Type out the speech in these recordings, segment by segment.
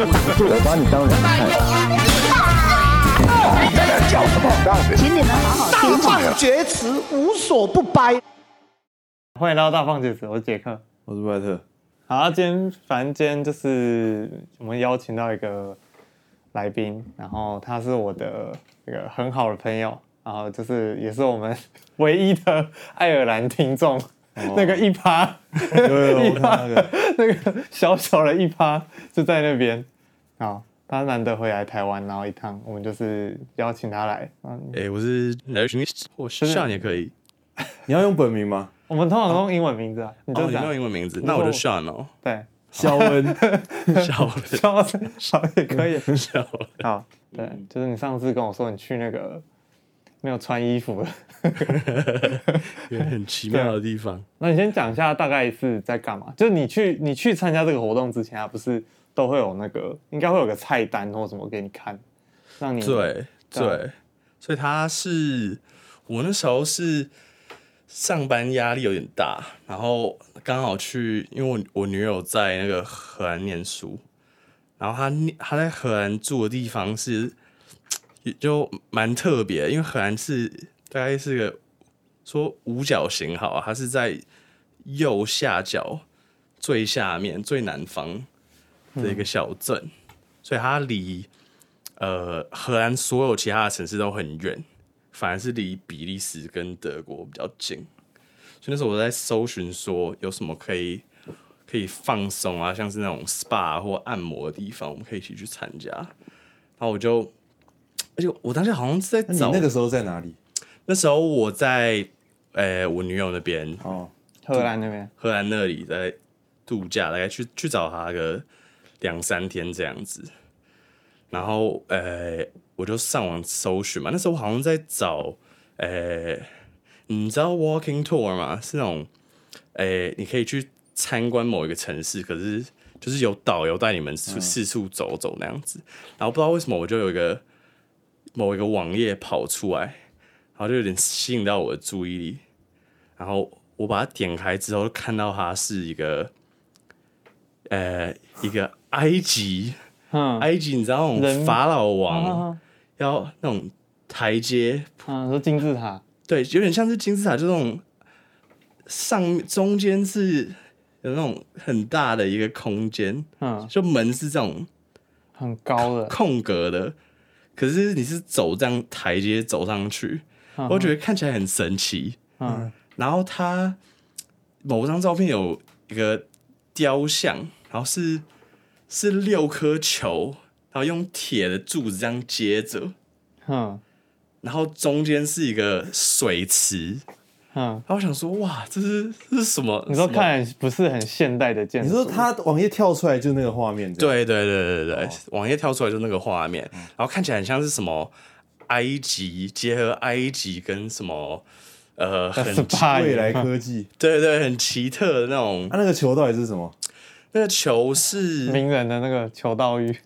我把你当人看。 叫什么？ 请你们好好听话。 大放厥词，无所不掰。 欢迎来到大放厥词，我是杰克， 我是布莱特。 好，今天就是我们邀请到一个来宾，然后他是我的一个很好的朋友，然后就是也是我们唯一的爱尔兰听众，那个1%， 有那个小小的1%就在那边。好，他难得回来台湾，然后一趟，我们就是邀请他来。 我是或Sean也可以。 你要用本名吗？ 我们通常用英文名字啊，你就你用英文名字，那我就 Sean 哦。 对， 肖恩， 肖恩， 好也可以。 肖恩， 好，对，就是你上次跟我说你去那个没有穿衣服的， 一个很奇妙的地方。 那你先讲一下大概是在干嘛？就是你去参加这个活动之前啊，不是都会有那个，应该会有个菜单或什么给你看，让你对，所以我那时候是上班压力有点大，然后刚好去，因为我女友在那个荷兰念书，然后她在荷兰住的地方就蛮特别的，因为荷兰大概是个说五角形好啊，它是在右下角最下面最南方的一个小镇，所以它离荷兰所有其他的城市都很远，反而是离比利时跟德国比较近。所以那时候我在搜寻说有什么可以放松啊，像是那种 SPA 或按摩的地方，我们可以一起去参加。然后而且我当时好像是在找， 你那个时候在哪里？ 那时候我在我女友那边荷兰那边， 荷兰那里在度假，大概去找她个2-3天这样子。然后我就上网搜寻嘛，那时候我好像在找你知道 walking tour 吗？是那种你可以去参观某一个城市，可是就是有导游带你们去四处走走那样子。然后不知道为什么我就有某一个网页跑出来，然后就有点吸引到我的注意力。然后我把它点开之后，看到它是一个埃及。埃及，你知道那种法老王要那种台阶， 说金字塔， 对，有点像是金字塔，就那种中间是有那种很大的一个空间，就门是这种很高的空格的，可是你是走这样台阶走上去，我觉得看起来很神奇。然后它某張照片有一个雕像，然后是6颗球，然后用铁的柱子这样接着，然后中间是一个水池，然后我想说，哇，这是什么？ 你说看来不是很现代的建筑。 你说它网页跳出来就那个画面？ 对，网页跳出来就那个画面，然后看起来很像是什么埃及结合埃及跟什么很未来科技， 对，很奇特的那种。 那个球到底是什么？ 那个球是名人的那个球道玉，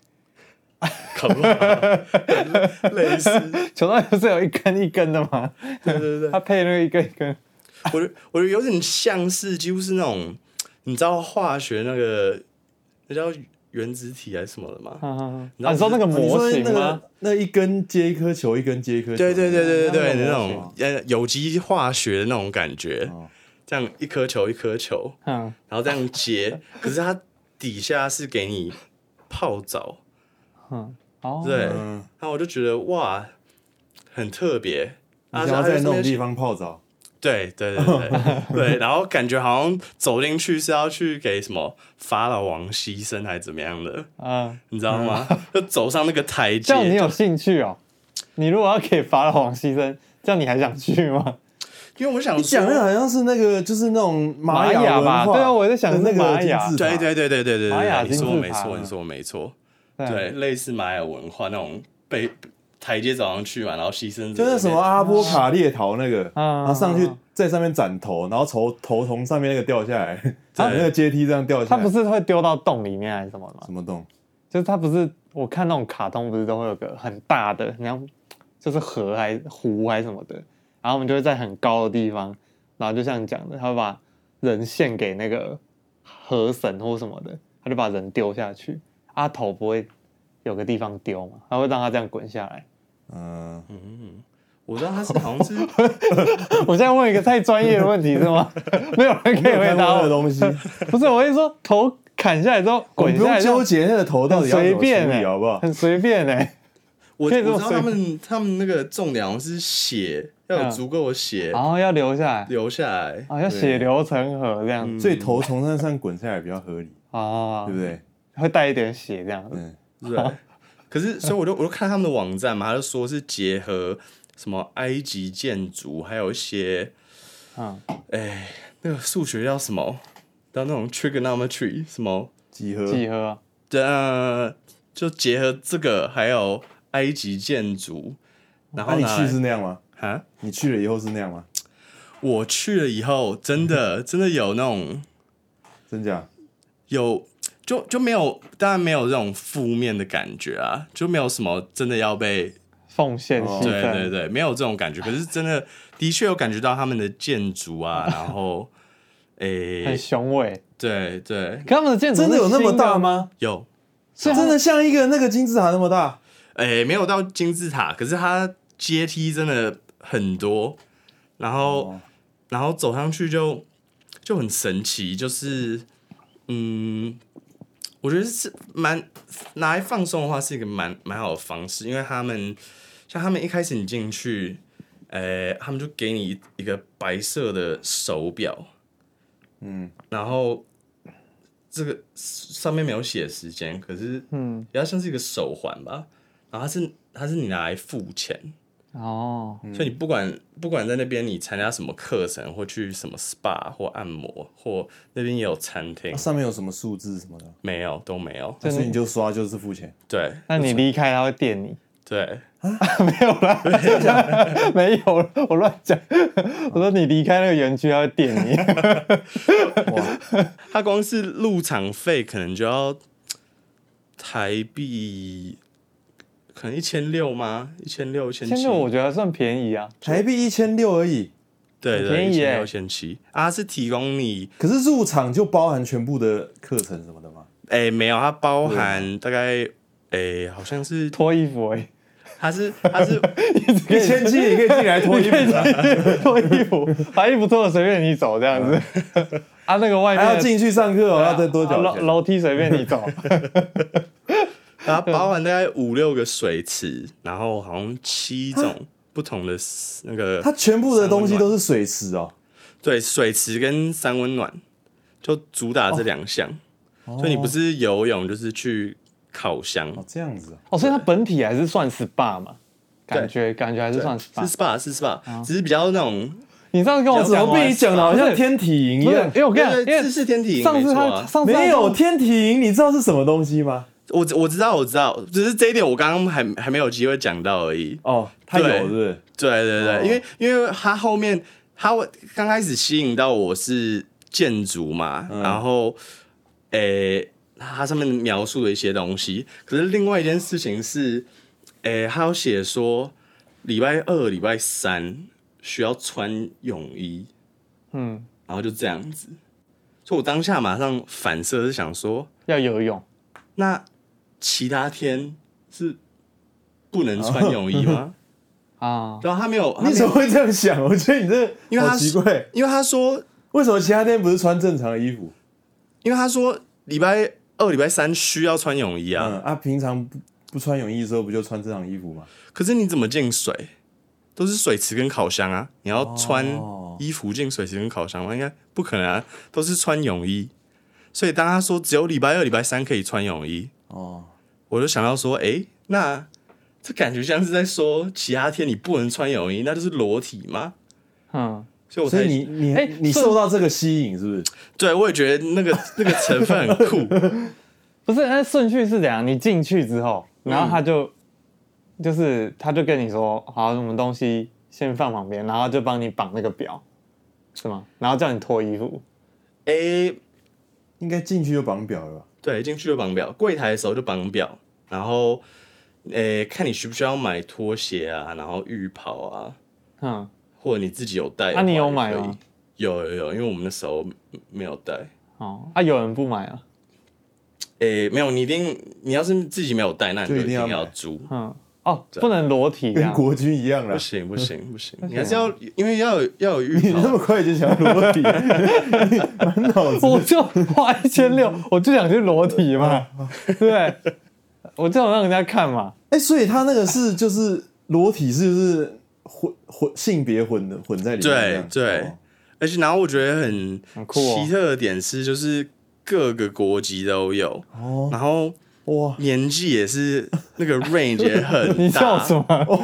类似球道玉不是有一根一根的吗？ 对， 他配那个一根一根， 我觉得有点像是几乎是那种，你知道化学那叫原子体还是什么的吗？ 你说那个模型吗？ 那一根接一颗球，一根接一颗球， 对，那种有机化学的那种感觉。这样一颗球一颗球，然后这样接，可是它底下是给你泡澡，对，然后我就觉得哇，很特别。 你想要在那种地方泡澡？ 对，然后感觉好像走进去是要去给什么法老王牺牲还是怎么样的，你知道吗？就走上那个台阶， 这样你有兴趣哦？你如果要给法老王牺牲，这样你还想去吗？ 因为我想说， 讲的好像是那个，就是那种玛雅吧？对啊，我在想那个玛雅， 对， 玛雅你说没错，对，类似玛雅文化那种被台阶走上去嘛，然后牺牲， 就是什么阿波卡列陶那个，然后上去在上面斩头，然后头从上面那个掉下来，那个阶梯这样掉下来， 他不是会丢到洞里面还是什么吗？ 什么洞？ 就是他不是，我看那种卡通不是都会有个很大的，你像就是河还湖还是什么的。然后我们就会在很高的地方，然后就像你讲的，他会把人献给那个河神或什么的，他就把人丢下去，然头不会有个地方丢嘛，它会让它这样滚下来。 我知道他是好像是我现在问一个太专业的问题是吗？没有人可以回答我的东西。 不是，我跟你说，头砍下来之后滚下来， 不用纠结那个头到底要怎么处理，好不好？ 很随便哎。 我知道他们那个重量是血，要有足够的血， 然后要留下来，要血流成河这样， 所以头从那上滚下来比较合理对不对？ 会带一点血这样子， 对。可是，所以我就看他们的网站嘛，他就说是结合什么埃及建筑，还有一些，那个数学叫什么？到那种 trigonometry 什么几何就结合这个，还有埃及建筑。然后你去是那样吗？ 啊， 你去了以后是那样吗？ 我去了以后，真的有那种， 真假？ 有。就没有，当然没有这种负面的感觉啊，就没有什么真的要被奉献牺牲， 对，没有这种感觉。可是真的确有感觉到他们的建筑啊，然后很雄伟， 对。 可他们的建筑真的有那么大吗？ 有， 真的像一个那个金字塔那么大？ 没有到金字塔，可是它阶梯真的很多，然后走上去就很神奇，就是我觉得是拿来放松的话，是一个蛮好的方式，因为他们一开始你进去，他们就给你一个白色的手表，然后这个上面没有写时间，可是比较像是一个手环吧，然后它是你拿来付钱。所以你不管在那边你参加什么课程，或去什么 SPA 或按摩，或那边也有餐厅， 上面有什么数字什么的？没有， 都没有。 所以你就刷就是付钱。 对， 那你离开他会电你。 对， 没有啦，没有了，我乱讲。我说你离开那个园区，他会电你。 他光是入场费可能就要台币。可能1600吗？1600、1700， 我觉得还算便宜啊， 台币1600而已。 对便宜耶 ，1600、1700啊，是提供你。 可是入场就包含全部的课程什么的吗？ 没有，它包含大概好像是脱衣服而已。 它是 1700你可以进来脱衣服， 脱衣服，把衣服脱了随便你走这样子。那个外面还要进去上课要再多缴钱。 楼梯随便你走。 它包含大概5-6个水池，然后好像7种不同的那个。 它全部的东西都是水池哦。 对，水池跟三温暖就主打这2项，所以你不是游泳就是去烤箱。 这样子所以它本体还是算 SPA 嘛？感觉还是算 SPA， 是 SPA，只是比较那种。 你上次跟我怎么被你讲的好像天体营一样？ 因为我跟你讲， 是天体营， 上次没有天体营，你知道是什么东西吗？ 我知道，只是这一点我刚刚还没有机会讲到而已。 它有是不是？ 对，因为他后面他刚开始吸引到我是建筑嘛，然后他上面描述的一些东西，可是另外一件事情是，他有写说礼拜2、礼拜3需要穿泳衣，然后就这样子，所以我当下马上反射是想说要游泳， 那其他天是不能穿泳衣吗？然后他没有， 你怎么会这样想？我觉得你这好奇怪。 因为他说， 为什么其他天不是穿正常的衣服？ 因为他说礼拜2、礼拜3需要穿泳衣啊。 平常不穿泳衣的时候不就穿正常衣服吗？ 可是你怎么进水？都是水池跟烤箱啊，你要穿衣服进水池跟烤箱吗？应该不可能啊，都是穿泳衣。所以当他说只有礼拜2、礼拜3可以穿泳衣，我就想到说，那这感觉像是在说其他天你不能穿泳衣，那就是裸体吗？所以你受到这个吸引是不是？ 对，我也觉得那个成分很酷。 不是，那顺序是怎样？你进去之后，然后他就跟你说，好，什么东西先放旁边，然后就帮你绑那个表，是吗？然后叫你脱衣服。 应该进去就绑表了吧？ 对，进去就绑表，柜台的时候就绑表，然后看你需不需要买拖鞋啊，然后浴袍啊，或者你自己有带。 你有买吗？ 有，因为我们那时候没有带。 有人不买啊？ 没有，你要是自己没有带，那你就一定要租。 不能裸体， 跟国军一样啦。 不行，你还是要，因为要有预你那么快就想要裸体，满脑子。 我就花1600，我就想去裸体嘛，对不对？我就想让人家看嘛。 所以他那个是就是裸体，是就是性别混在里面。 对，而且然后我觉得很酷哦， 奇特的点是，就是各个国籍都有，然后。 哇， 年纪也是那个 range 也很大。 你笑什么？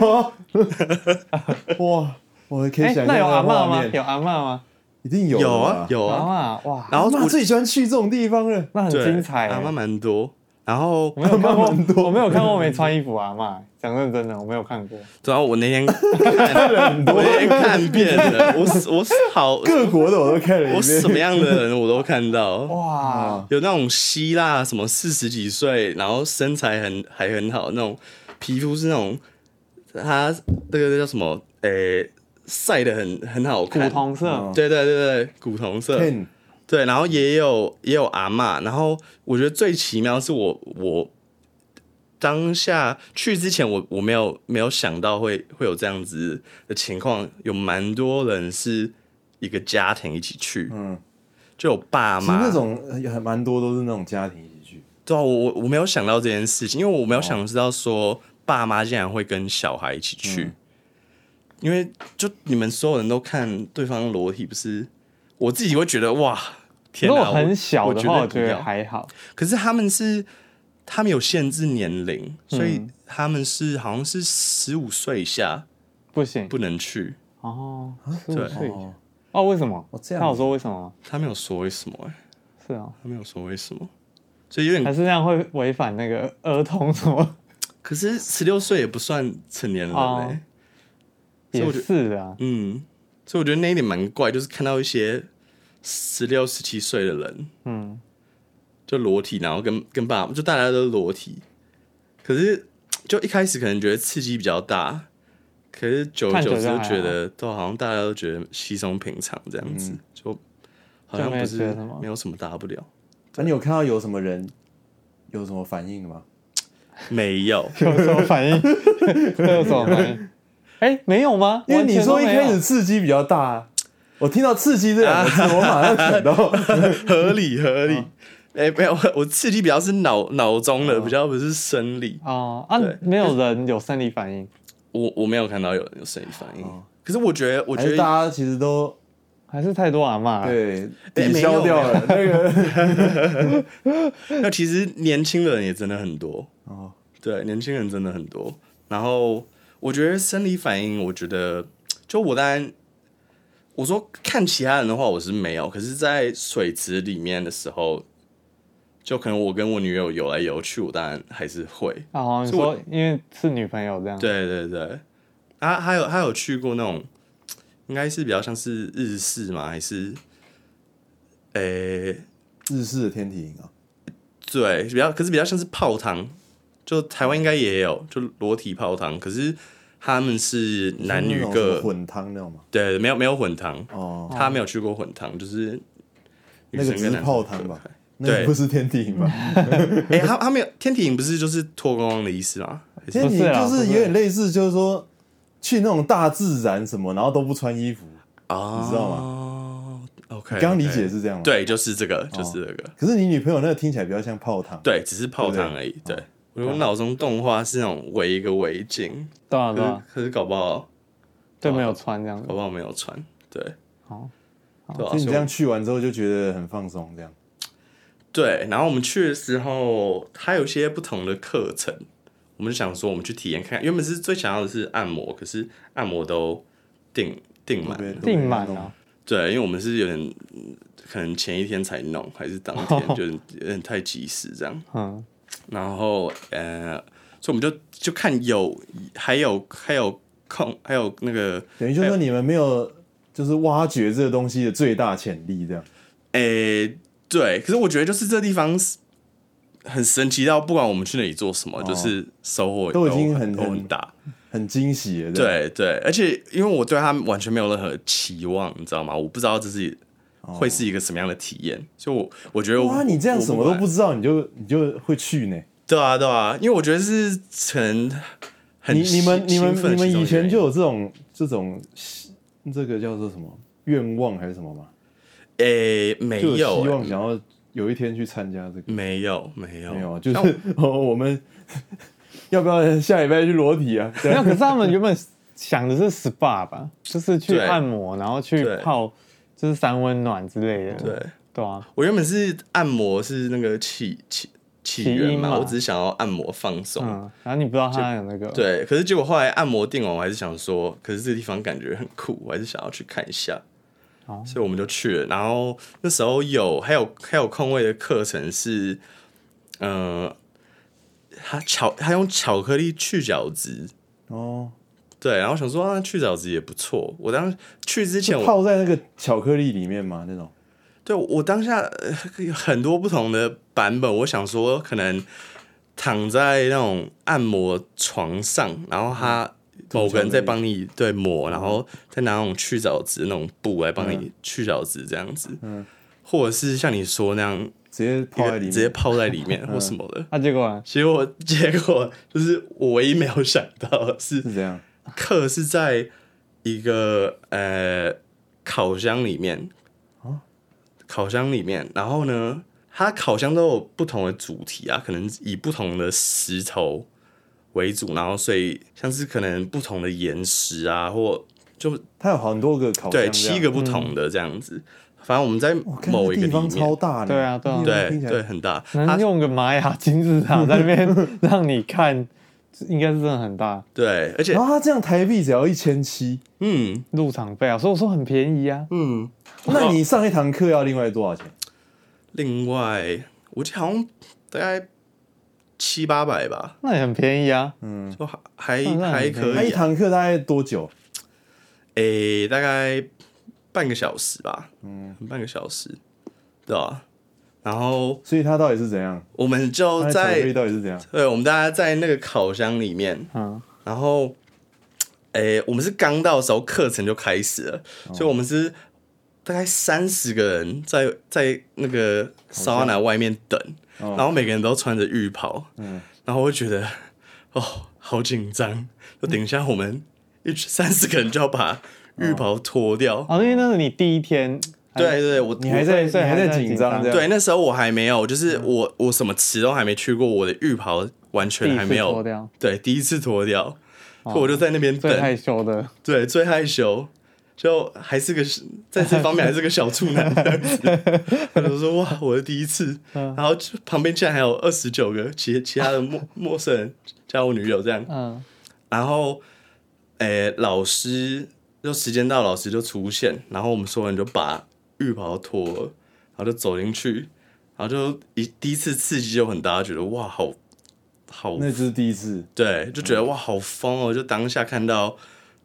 哇，我可以想象那有阿嬷吗？ 画面有阿�嬷吗？ 一定有啊。 阿嬷哇， 然后我最喜欢去这种地方了， 那很精彩。 阿嬷蛮多，然后我没有看过没穿衣服阿嬷。讲认真的，我没有看过。 然后我那天看遍了，我好各国的我都看了， 我什么样的人我都看到。 哇， 有那种希腊什么40几岁，然后身材还很好，那种皮肤是那种他那个叫什么晒得很好看， 古铜色。 对，古铜色。对，然后也有阿嬷，然后我觉得最奇妙是我当下去之前我没有想到会有这样子的情况，有蛮多人是一个家庭一起去，就有爸妈， 那种还蛮多都是那种家庭一起去。 对啊，我没有想到这件事情，因为我没有想到说爸妈竟然会跟小孩一起去，因为就你们所有人都看对方裸体，不是我自己会觉得哇，天哪！ 如果很小的话，我觉得还好。 可是他们有限制年龄，所以他们是好像是15岁以下不行， 不能去。 哦 ，15 岁以下。为什么？他有说为什么吗？ 他没有说为什么是啊， 他没有说为什么，所以有点还是那样会违反那个儿童什么？ 可是16岁也不算成年人也是啊。 所以我觉得那一点蛮怪，就是看到一些16、17岁的人，就裸体，然后跟爸妈就大家都裸体，可是就一开始可能觉得刺激比较大，可是久而久之就觉得都好像大家都觉得稀松平常这样子，就好像不是没有什么大不了。 那你有看到有什么人有什么反应吗？ 没有， 有什么反应？有什么反应？没有吗？ 因为你说一开始刺激比较大，我听到刺激这两个字，我马上想到合理。没有，我刺激比较是脑中的，比较不是生理。 没有人有生理反应。 我没有看到有人有生理反应。可是我觉得大家其实都还是太多阿嬷了， 对，抵消掉了那个。 那其实年轻人也真的很多对，年轻人真的很多。然后我觉得生理反应，我觉得就我当然。我说看其他人的话，我是没有。可是，在水池里面的时候，就可能我跟我女友游来游去，我当然还是会。 你说因为是女朋友这样？ 对。还有去过那种，应该是比较像是日式吗？还是日式的天体营啊？ 对，可是比较像是泡汤，就台湾应该也有，就裸体泡汤，可是。他们是男女各混汤那种吗？ 对，没有混汤他没有去过混汤，就是那个只是泡汤吧？ 对， 不是天体营吧？ 他没有天体营，不是就是脱光光的意思吗？ 天体营就是有点类似，就是说去那种大自然什么，然后都不穿衣服你知道吗 ？OK， 刚刚理解是这样吗？ 对，就是这个。 可是你女朋友那个听起来比较像泡汤， 对，只是泡汤而已。对。我脑中动画是那种围一个围巾， 对啊， 可是搞不好对没有穿这样子， 搞不好没有穿，对， 所以你这样去完之后就觉得很放松，这样。 对，然后我们去的时候，它有些不同的课程，我们就想说我们去体验看看。原本是最想要的是按摩，可是按摩都订满了。 对，因为我们是有点可能前一天才弄，还是当天就有点太及时这样。然后所以我们就看还有那个， 等于就是说你们没有就是挖掘这个东西的最大潜力这样。 对，可是我觉得就是这地方很神奇到，不管我们去那里做什么，就是收获都已经很大， 很惊喜了。 对，而且因为我对他完全没有任何期望，你知道吗？我不知道这是会是一个什么样的体验。所以我觉得哇，你这样什么都不知道，你就会去呢？ 对啊，对啊，因为我觉得是可能很你们以前就有这种这个叫做什么愿望还是什么吗？ 没就有希望想要有一天去参加这个。 没有， 就是我们要不要下礼拜去裸体啊？ 没有，可是他们原本想的是 SPA 吧，就是去按摩，然后去泡，就是三温暖之类的。对啊， 我原本是按摩是那个起源嘛，我只是想要按摩放松。 然后你不知道他有那个对，可是结果后来按摩定完，我还是想说，可是这个地方感觉很酷，我还是想要去看一下。所以我们就去了，然后那时候还有空位的课程是，他用巧克力去角质哦，对，然后想说去角质也不错。我当时去之前泡在那个巧克力里面吗？那种？ 对，我当下有很多不同的版本，我想说可能躺在那种按摩床上，然后某个人在帮你抹，然后再拿那种去角质的那种布来帮你去角质这样子，或者是像你说那样直接泡在里面或什么的。 结果就是我唯一没有想到的是这样， 课是在一个烤箱里面，然后呢，它烤箱都有不同的主题啊，可能以不同的石头为主，然后所以像是可能不同的岩石啊，或就它有很多个烤箱， 对，7个不同的这样子。反正我们在某一个地方超大呢， 对啊， 对，很大。 能用个玛雅金字塔在那边让你看，应该是真的很大。 对，而且然后它这样台币只要1700， 入场费啊，所以我说很便宜啊。 那你上一堂课要另外多少钱？ 另外，我记得好像大概700-800吧， 那也很便宜啊。 就还可以。 那一堂课大概多久？ 大概半个小时吧，半个小时，对吧？然后， 所以它到底是怎样？ 我们就巧克力到底是怎样？ 对，我们大家在那个烤箱里面，然后，我们是刚到的时候课程就开始了，所以我们是大概30个人在那个桑拿外面等，然后每个人都穿着浴袍，然后我会觉得好紧张，就等一下我们30个人就要把浴袍脱掉。 因为那是你第一天。 对， 你还在紧张， 对，那时候我还没有，就是我什么池都还没去过，我的浴袍完全还没有脱掉， 对，第一次脱掉，所以我就在那边等， 最害羞的， 对，最害羞，就还是个在这方面还是个小处男，他就说哇，我的第一次，然后旁边竟然还有29个其他的陌生人加我女友这样，然后老师就时间到，老师就出现，然后我们所有人就把浴袍脱了，然后就走进去，然后就第一次刺激就很大，觉得哇好， 那就是第一次， 对，就觉得哇好疯哦，就当下看到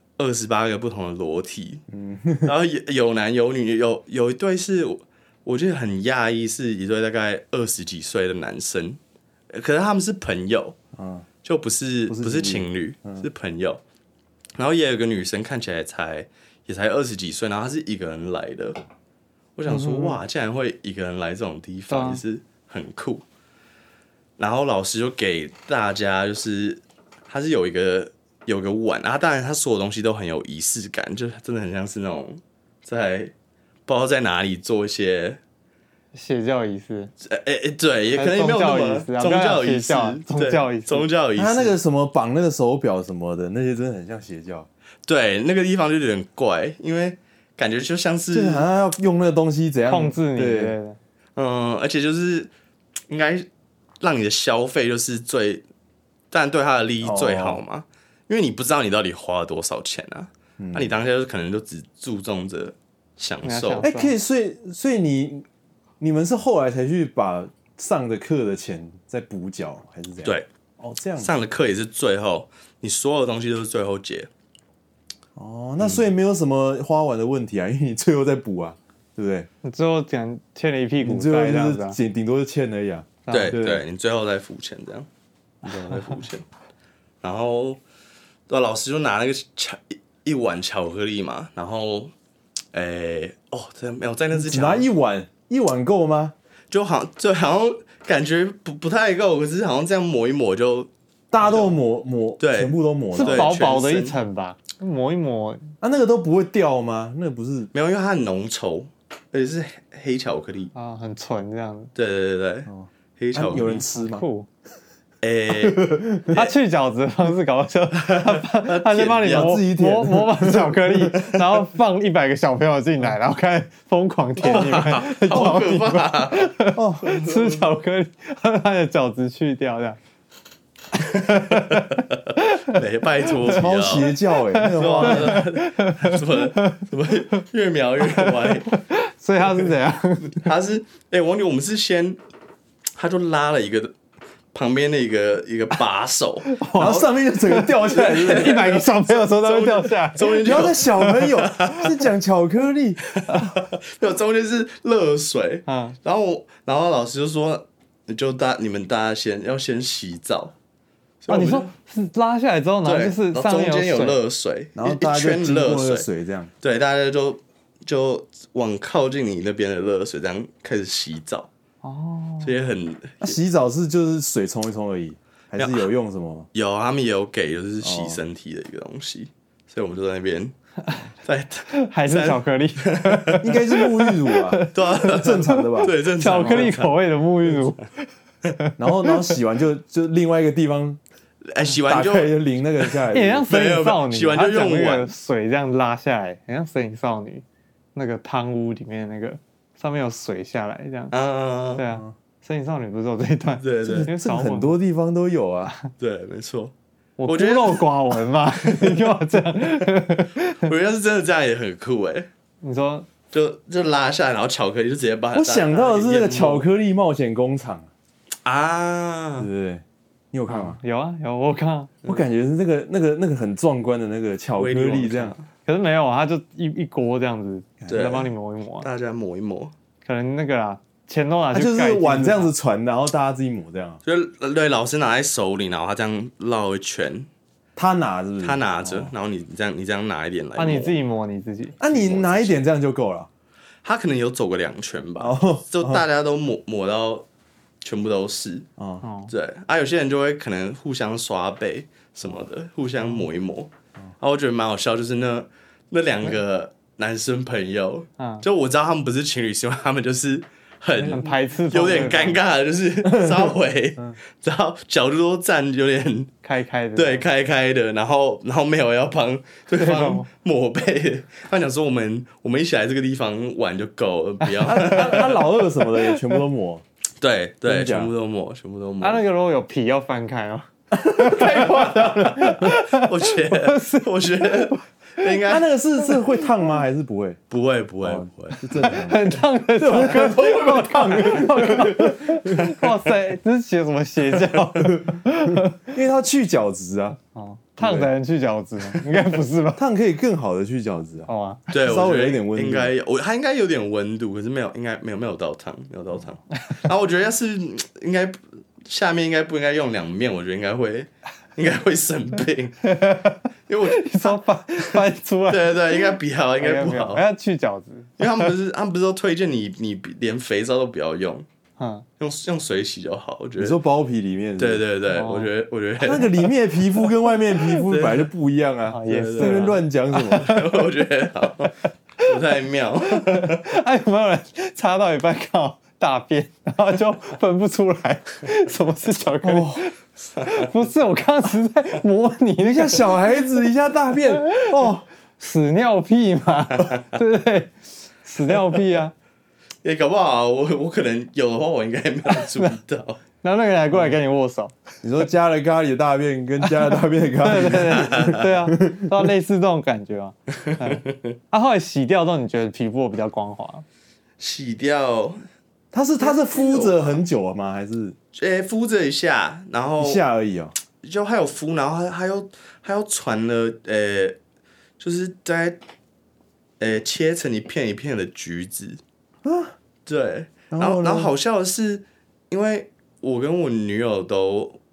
28个不同的裸体，然后有男有女，有一对是我觉得很讶异，是一对大概20几岁的男生，可是他们是朋友，就不是情侣，是朋友，然后也有个女生看起来也才20几岁，然后她是一个人来的。我想说，哇，竟然会一个人来这种地方，也是很酷。然后老师就给大家，就是他是有个碗啊，当然他所有东西都很有仪式感，就真的很像是那种在不知道在哪里做一些邪教仪式。 对，也可能也没有那么宗教仪式，宗教仪式。 他那个什么绑那个手表什么的，那些真的很像邪教。 对，那个地方就有点怪，因为感觉就像是就是好像要用那个东西怎样控制你，对， 而且就是应该让你的消费就是当然对他的利益最好嘛，因为你不知道你到底花了多少钱啊，那你当下就可能就只注重着享受。 可以，所以你们是后来才去把上的课的钱再补缴，还是怎样？ 对， 这样上的课也是最后，你所有的东西都是最后结。 那所以没有什么花完的问题啊，因为你最后再补啊，对不对？ 你最后欠了一屁股债这样子啊， 顶多是欠而已啊。 对，你最后再付钱这样，你最后再付钱。然后老师就拿那个一碗巧克力嘛，然后真的没有在那之前只拿一碗够吗？ 就好像感觉不太够，可是好像这样抹一抹就大家都抹， 对全部都抹是到， 薄薄的一层吧，抹一抹。 啊，那个都不会掉吗？那个不是没有，因为它很浓稠，而且是黑巧克力啊，很纯这样子。 对，黑巧克力有人吃吗？ 酷。 他去角质的方式搞笑，他就帮你磨满巧克力，然后放100个小朋友进来，然后开始疯狂舔你们， 好可怕哦！吃巧克力，把你的角质去掉，这样。 拜托， 超邪教那个画面什么越描越歪。 所以他是怎样？ 他是忘记我们是先，他就拉了一个。旁边的一个把手， 然后上面就整个掉下来 ，100个小朋友都会掉下来。 中间不要在小朋友是讲巧克力， 没有中间是热水，然后老师就说，你们大家要先洗澡。 你说是拉下来之后，然后就是上面中间有热水， 然后大家就经过热水这样， 对，大家就往靠近你那边的热水这样开始洗澡。所以洗澡就是水冲一冲而已，还是有用什么？ 有，他们也有给，就是洗身体的一个东西，所以我们就在那边还是巧克力， 应该是沐浴乳吧？ 对啊， 正常的吧？ 对，正常。 巧克力口味的沐浴乳， 然后洗完就另外一个地方， 洗完就淋那个下来， 很像神隐少女， 洗完就用那个水这样拉下来，很像神隐少女那个汤屋里面那个。上面有水下来，这样，对啊，神隐少女不是有这一段？ 对， 这很多地方都有啊。 对，没错。 我孤陋寡闻嘛，你干嘛这样？ 我觉得要是真的这样也很酷你说就拉下来，然后巧克力就直接把它。 我想到的是那个巧克力冒险工厂啊， 对不对？你有看吗？ 有啊，我有看。 我感觉是那个很壮观的那个巧克力这样。 可是没有啊，他就一锅这样子， 对， 再帮你抹一抹， 大家抹一抹， 可能那个啦，钱都拿去， 就是碗这样子传，然后大家自己抹这样， 就对，老师拿在手里，然后他这样绕一圈， 他拿是不是？ 他拿着，然后你这样拿一点来抹， 你自己抹你自己， 你拿一点这样就够了。 他可能有走个2圈吧，就大家都抹到全部都是，对有些人就会可能互相刷背什么的，互相抹一抹。然后我觉得蛮好笑，就是那2个男生朋友，就我知道他们不是情侣，是因为他们就是很排斥， 有点尴尬的，就是稍微，然后角度都站有点开的， 对，开的，然后没有要帮对方抹背，他讲说我们一起来这个地方玩就够了，不要。 他老二什么的也全部都抹， 对，全部都抹。 他那个如果有皮要翻开哦。 太夸张了， 我觉得应该。 他那个是会烫吗？还是不会？ 不会， 是正常的。 很烫的巧克力，好烫！哇塞，这是写什么邪教？ 因为它去角质啊。 烫才能去角质吗？应该不是吧？ 烫可以更好的去角质啊。 好啊， 对， 稍微有一点温度， 应该它应该有点温度，可是应该没有到烫，没有到烫。然后我觉得要是应该。下面应该不应该用2面，我觉得应该会生病，因为你说翻出来， 对，应该不好， 要去角质， 因为他们不是都推荐你连肥皂都不要用，用水洗就好。我觉得你说包皮里面， 对，我觉得那个里面的皮肤跟外面的皮肤本来就不一样啊， 也是这边乱讲什么？ 我觉得不太妙。 有没有人擦到一半靠？大便，然后就分不出来什么是巧克力。不是，我刚刚只是在模拟一下小孩子，一下大便， 屎尿屁嘛，对不对？屎尿屁啊！ 也搞不好我可能有的话，我应该没有注意到。 然后那个人还过来跟你握手， 你说加了咖喱的大便跟加了大便的咖喱， 对啊，都类似这种感觉啊。后来洗掉之后，你觉得皮肤比较光滑？洗掉。 他是敷着很久了吗？还是敷着一下，然后一下而已哦。 就还有敷，然后还有传了就是在切成一片一片的橘子啊。对，然后好笑的是，因为我跟我女友都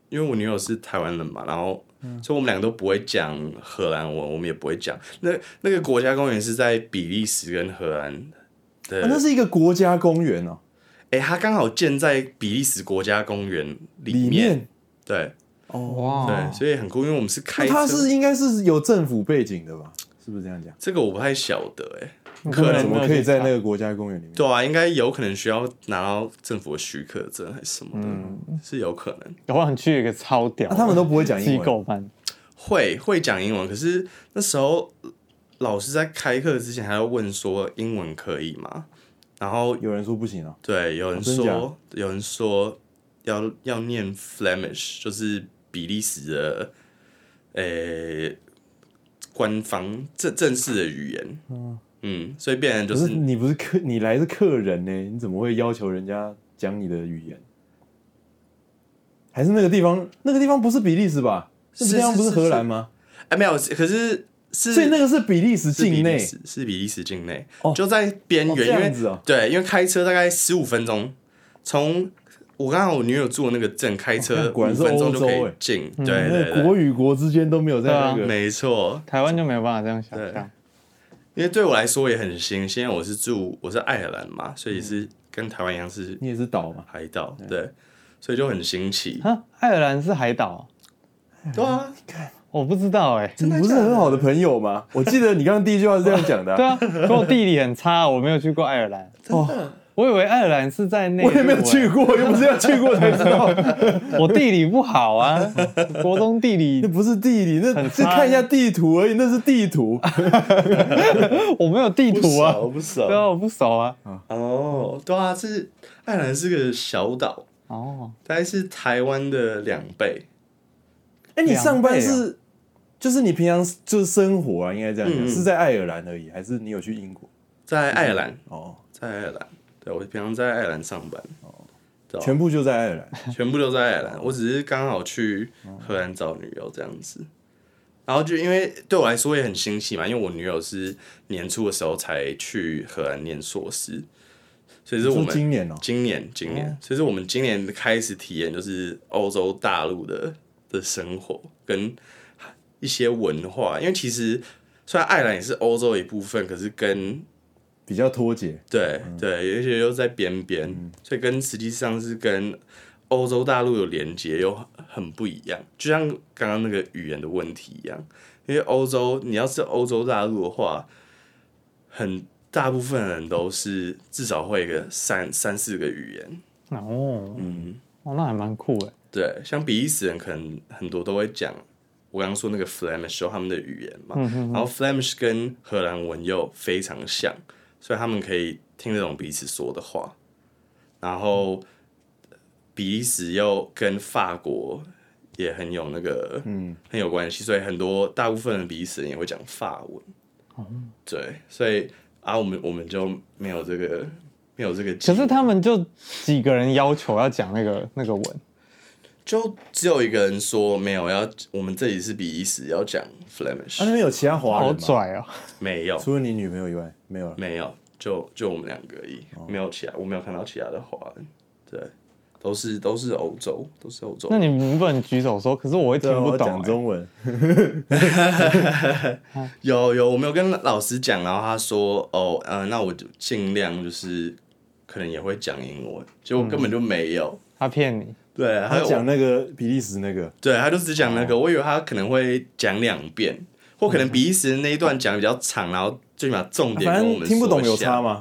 因为我女友是台湾人嘛，然后所以我们两个都不会讲荷兰文，我们也不会讲。那个国家公园是在比利时跟荷兰的， 那是一个国家公园哦。 它刚好建在比利时国家公园里面，对，对，所以很酷，因为我们是开车， 它是应该是有政府背景的吧？是不是这样讲？ 这个我不太晓得可能怎么可以在那个国家公园里面？ 对啊，应该有可能需要拿到政府的许可证还是什么的，是有可能。 有人去一个超屌， 他们都不会讲英文， 机构班会讲英文，可是那时候老师在开课之前还要问说英文可以吗？然后有人说不行啊， 对，有人说要念 Flemish， 就是比利时的官方正式的语言。所以变成就是你不是你来是客人呢，你怎么会要求人家讲你的语言？还是那个地方不是比利时吧？那个地方不是荷兰吗？ 没有，可是。 所以那个是比利时境内， 是比利时境内，就在边缘， 这样子哦。 对，因为开车大概15分钟，从我刚好我女友住的那个镇开车5分钟就可以进。对， 国与国之间都没有在那个， 没错， 台湾就没有办法这样想象。 因为对我来说也很新鲜，我是爱尔兰嘛，所以是跟台湾一样是， 你也是岛嘛， 海岛，对，所以就很新奇。 爱尔兰是海岛？ 对啊， 你看。 我不知道你不是很好的朋友吗？我记得你刚刚第一句话是这样讲的。 对啊，可我地理很差，我没有去过爱尔兰。我以为爱尔兰是在内陆， 我也没有去过，又不是要去过才知道。 我地理不好啊，国中地理那不是地理，那是看一下地图而已，那是地图。 我没有地图啊， 我不熟。 对啊，我不熟啊。 对啊，爱尔兰是个小岛，大概是台湾的2倍。 你上班就是你平常就是生活啊，应该这样讲，是在爱尔兰而已，还是你有去英国？ 在爱尔兰在爱尔兰。对，我平常在爱尔兰上班。 全部就在爱尔兰， 全部都在爱尔兰。我只是刚好去荷兰找女友这样子，然后就因为对我来说也很新奇嘛，因为我女友是年初的时候才去荷兰念硕士，所以是我们今年， 所以是我们今年开始体验就是欧洲大陆的生活跟一些文化，因为其实虽然爱尔兰也是欧洲的一部分，可是跟比较脱节， 对，而且又在边边，所以跟实际上是跟欧洲大陆有连接又很不一样，就像刚刚那个语言的问题一样，因为你要是欧洲大陆的话，很大部分人都是至少会一个三四个语言。 那还蛮酷的。 对，像比利时人可能很多都会讲我刚刚说那个 Flemish 他们的语言嘛，然后 Flemish 跟荷兰文又非常像，所以他们可以听得懂彼此说的话。然后比利时又跟法国也很有那个很有关系，所以大部分的比利时人也会讲法文。对，所以我们就没有这个可是他们就几个人要求要讲那个文。 就只有一个人说没有我们这里是比利时要讲 Flemish。 那边有其他华人吗？ 好拽哦！ 没有， 除了你女朋友以外，没有了。 没有，就我们2个而已，没有其他，我没有看到其他的华人。对，都是欧洲，都是欧洲。 那你不能举手说，可是我会听不懂。 讲中文。 有，我没有跟老师讲，然后他说那我就尽量就是可能也会讲英文，结果根本就没有。 他骗你。 对， 他讲那个比利时那个， 对，他就只讲那个，我以为他可能会讲2遍，或可能比利时那一段讲比较长，然后最起码重点跟我们说一下。 听不懂有差吗？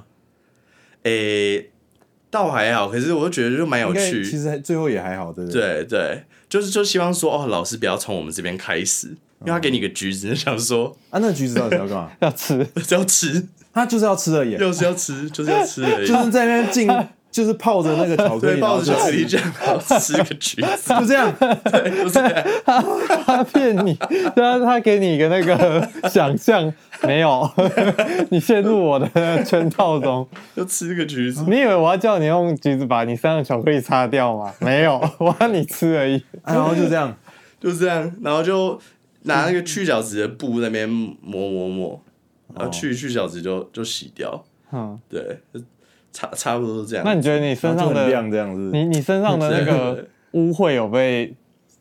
倒还好，可是我就觉得就蛮有趣。 其实最后也还好，对不对？ 对，就希望说老师不要从我们这边开始，因为他给你个橘子，就想说那个橘子到底要干嘛？ 要吃， 他就是要吃而已， 就是要吃，就是要吃而已， 就是在那边就是泡着那个巧克力， 泡着巧克力酱，然后吃个橘子， 就这样。 对，就这样。 他骗你，他给你一个那个想象，没有，你陷入我的圈套中。 就吃个橘子， 你以为我要叫你用橘子把你身上的巧克力擦掉吗？没有，我要你吃而已。 然后就这样， 然后就拿那个去角质的布那边抹，然后去角质就洗掉。对。差不多是这样。 那你觉得你身上的亮这样子， 你身上的那个污秽有被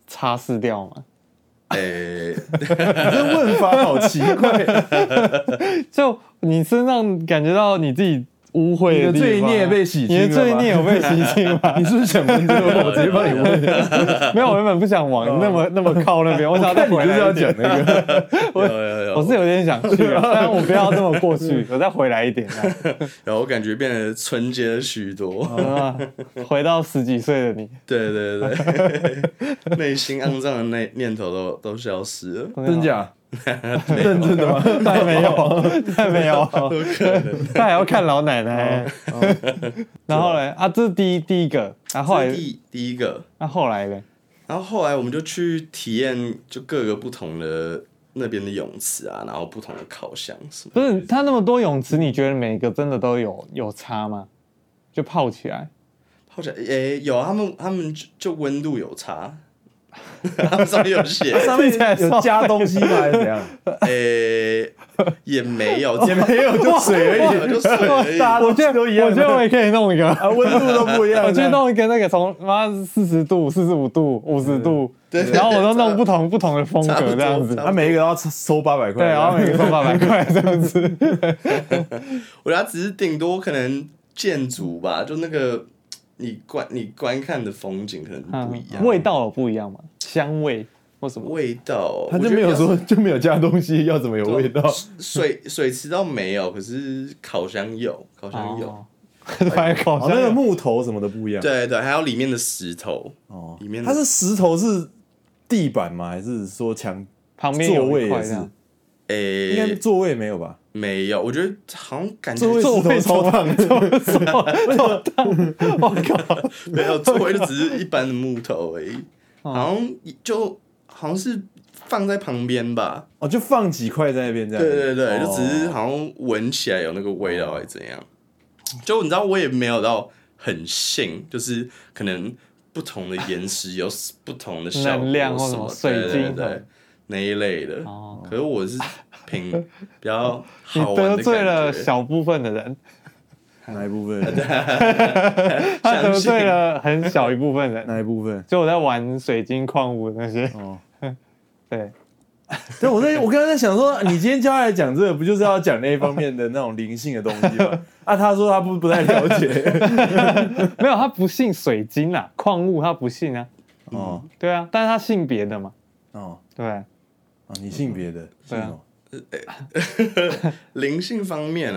擦拭掉吗？ 诶、 你这问法好奇怪， 就你身上感觉到你自己污秽你的地方罪孽被洗清了吗你的罪孽有被洗清吗？ 你是不是想问这个问？我直接帮你问。 没有，我原本不想往那么靠那边，我想再你就是要回来一点讲那个， 有， 我是有点想去啊，但我不要这么过去，我再回来一点啊， 然后我感觉变得纯洁了许多。 回到10几岁的你， 对对对，内心肮脏的念头都消失了。 真假？认真的吗？ 太没有，太没有，他还要看老奶奶。然后嘞啊，这是第一个，然后后来第一个， 那后来嘞， 然后后来我们就去体验，就各个不同的那边的泳池啊，然后不同的烤箱什么。 不是他那么多泳池，你觉得每个真的都有差吗？就泡起来， 有啊，他们就温度有差。他们上面有写， 上面有加东西吗？还是怎样？ 也没有， 也没有，就水而已， 就水而已。 大家我觉得都一样。 我觉得我也可以弄一个啊，温度都不一样。 我去弄一个那个从40度、45度、50度，然后我都弄不同的风格这样子。 他每一个都要收800块， 对，然后每个收800块这样子。 我觉得只是顶多可能建筑吧，就那个。你观看的风景可能不一样， 味道有不一样吗？香味或什么味道？ 他就没有说就没有加东西，要怎么有味道？ 水池倒没有，可是烤箱有， 反正烤箱那个木头什么的不一样。 对对，还有里面的石头哦， 里面它是石头是地板吗？还是说墙旁边有一块这样？ 应该座位没有吧？ 没有，我觉得好像感觉座位超烫， 超烫！我靠， 没有座位就只是一般的木头而已，好像是放在旁边吧。 哦，就放几块在那边这样。 对对对，就只是好像闻起来有那个味道还是怎样。就你知道，我也没有到很信，就是可能不同的岩石有不同的效果能量或什么水晶对那一类的。可是我是凭比较好你得玩的罪了感觉。 小部分的人， 哪一部分？ 他得罪了很小一部分人。 哪一部分？ 就我在玩水晶矿物那些。 哦， 对。 对，我刚才在想说，你今天叫他来讲这个，不就是要讲那一方面的那种灵性的东西吗？啊，他说他不太了解， 没有，他不信水晶啦，矿物他不信啊。 哦， 对啊，但是他信别的嘛。 哦， 对， 哦，你信别的， 对啊灵性方面，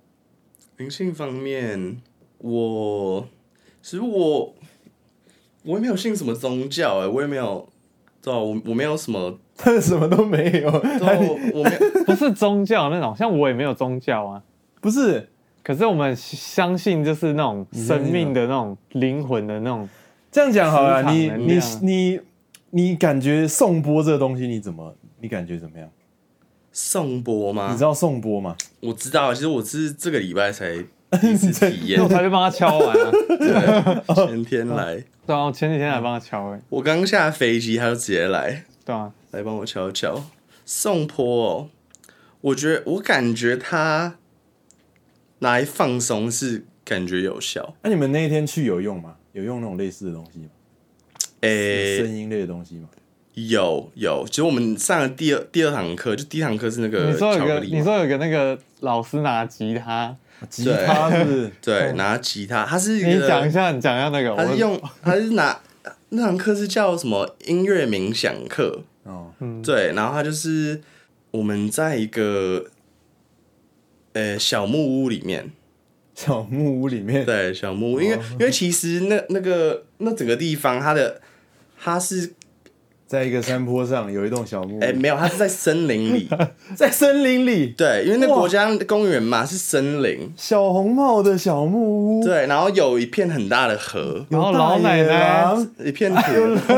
其实我也没有信什么宗教我也没有，对吧？我没有什么， 他什么都没有， 我没有， 不是宗教那种，像我也没有宗教啊。 不是。 可是我们相信就是那种生命的那种灵魂的那种。 这样讲好了， 磁场能量你感觉颂钵这个东西你感觉怎么样？ 颂钵吗？ 你知道颂钵吗？ 我知道，其实我是这个礼拜才第一次体验， 我才去帮他敲完啊。 对，前天来， 对啊，我前几天来帮他敲我刚下飞机他就直接来， 对啊， 来帮我敲敲颂钵我感觉他拿来放松是感觉有效。 那你们那一天去有用吗？有用那种类似的东西吗？声音类的东西吗？ 有，其实我们上了第二堂课，就第一堂课是那个你说有个那个老师拿吉他， 吉他是不是？ 对，拿吉他，他是一个你讲一下那个， 他是拿那堂课是叫什么音乐冥想课哦， 对，然后他就是我们在一个小木屋里面。 小木屋里面， 对，小木屋，因为其实那整个地方，它是在一个山坡上有一栋小木屋， 没有，它是在森林里， 在森林里， 对，因为那国家公园嘛是森林， 小红帽的小木屋， 对，然后有一片很大的河， 然后老奶奶一片田，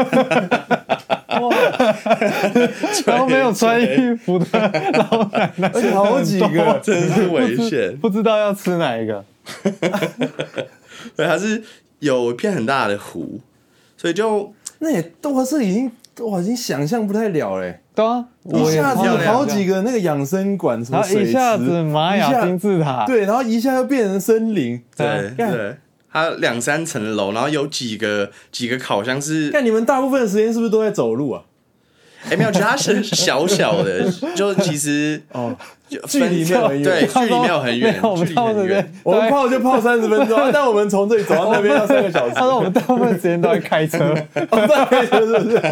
然后没有穿衣服的老奶奶， 而且好几个， 真的是危险， 不知道要吃哪一个。 对，它是有一片很大的湖，所以就那也都是已经想象不太了嘞。 对啊， 一下子好几个那个养生馆，然后一下子玛雅金字塔， 对，然后一下又变成森林， 对， 它2-3层楼，然后有几个烤箱是。 看你们大部分的时间是不是都在走路啊？ 没有，它是小小的，就其实距离没有很远， 对，距离没有很远， 我们距离很远。 我们泡就泡30分钟，但我们从这里走到那边要3个小时。 他说我们大部分时间都在开车， 开车是不是？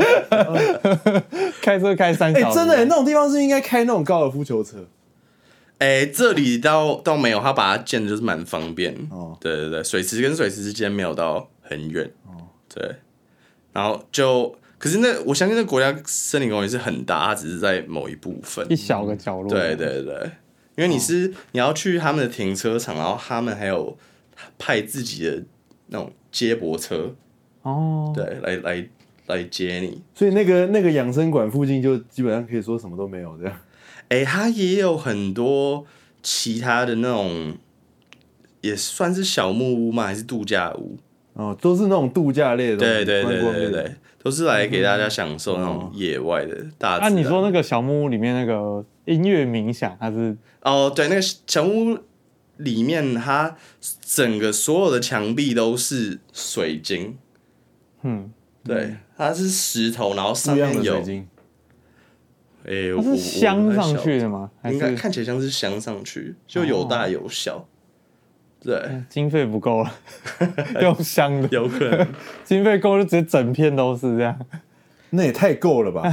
开车开3小时。 真的那种地方是应该开那种高尔夫球车。 这里倒没有，他把它建的就是蛮方便。对对对，水池跟水池之间没有到很远。对，然后可是我相信那国家森林公园是很大，它只是在某一部分， 一小个角落。 对对对，因为你要去他们的停车场，然后他们还有派自己的那种接驳车，对，来接你。 所以那个养生馆附近就基本上可以说什么都没有这样。 它也有很多其他的那种，也算是小木屋吗？还是度假屋？ 都是那种度假类的东西。 对，都是来给大家享受那种野外的大自然。 你说那个小木屋里面那个音乐冥想，它是对，那个小木屋里面，它整个所有的墙壁都是水晶。对，它是石头，然后上面有水晶。 它是镶上去的吗？ 应该看起来像是镶上去，就有大有小。对， 经费不够了，用镶的有可能。 经费够就直接整片都是这样， 那也太够了吧？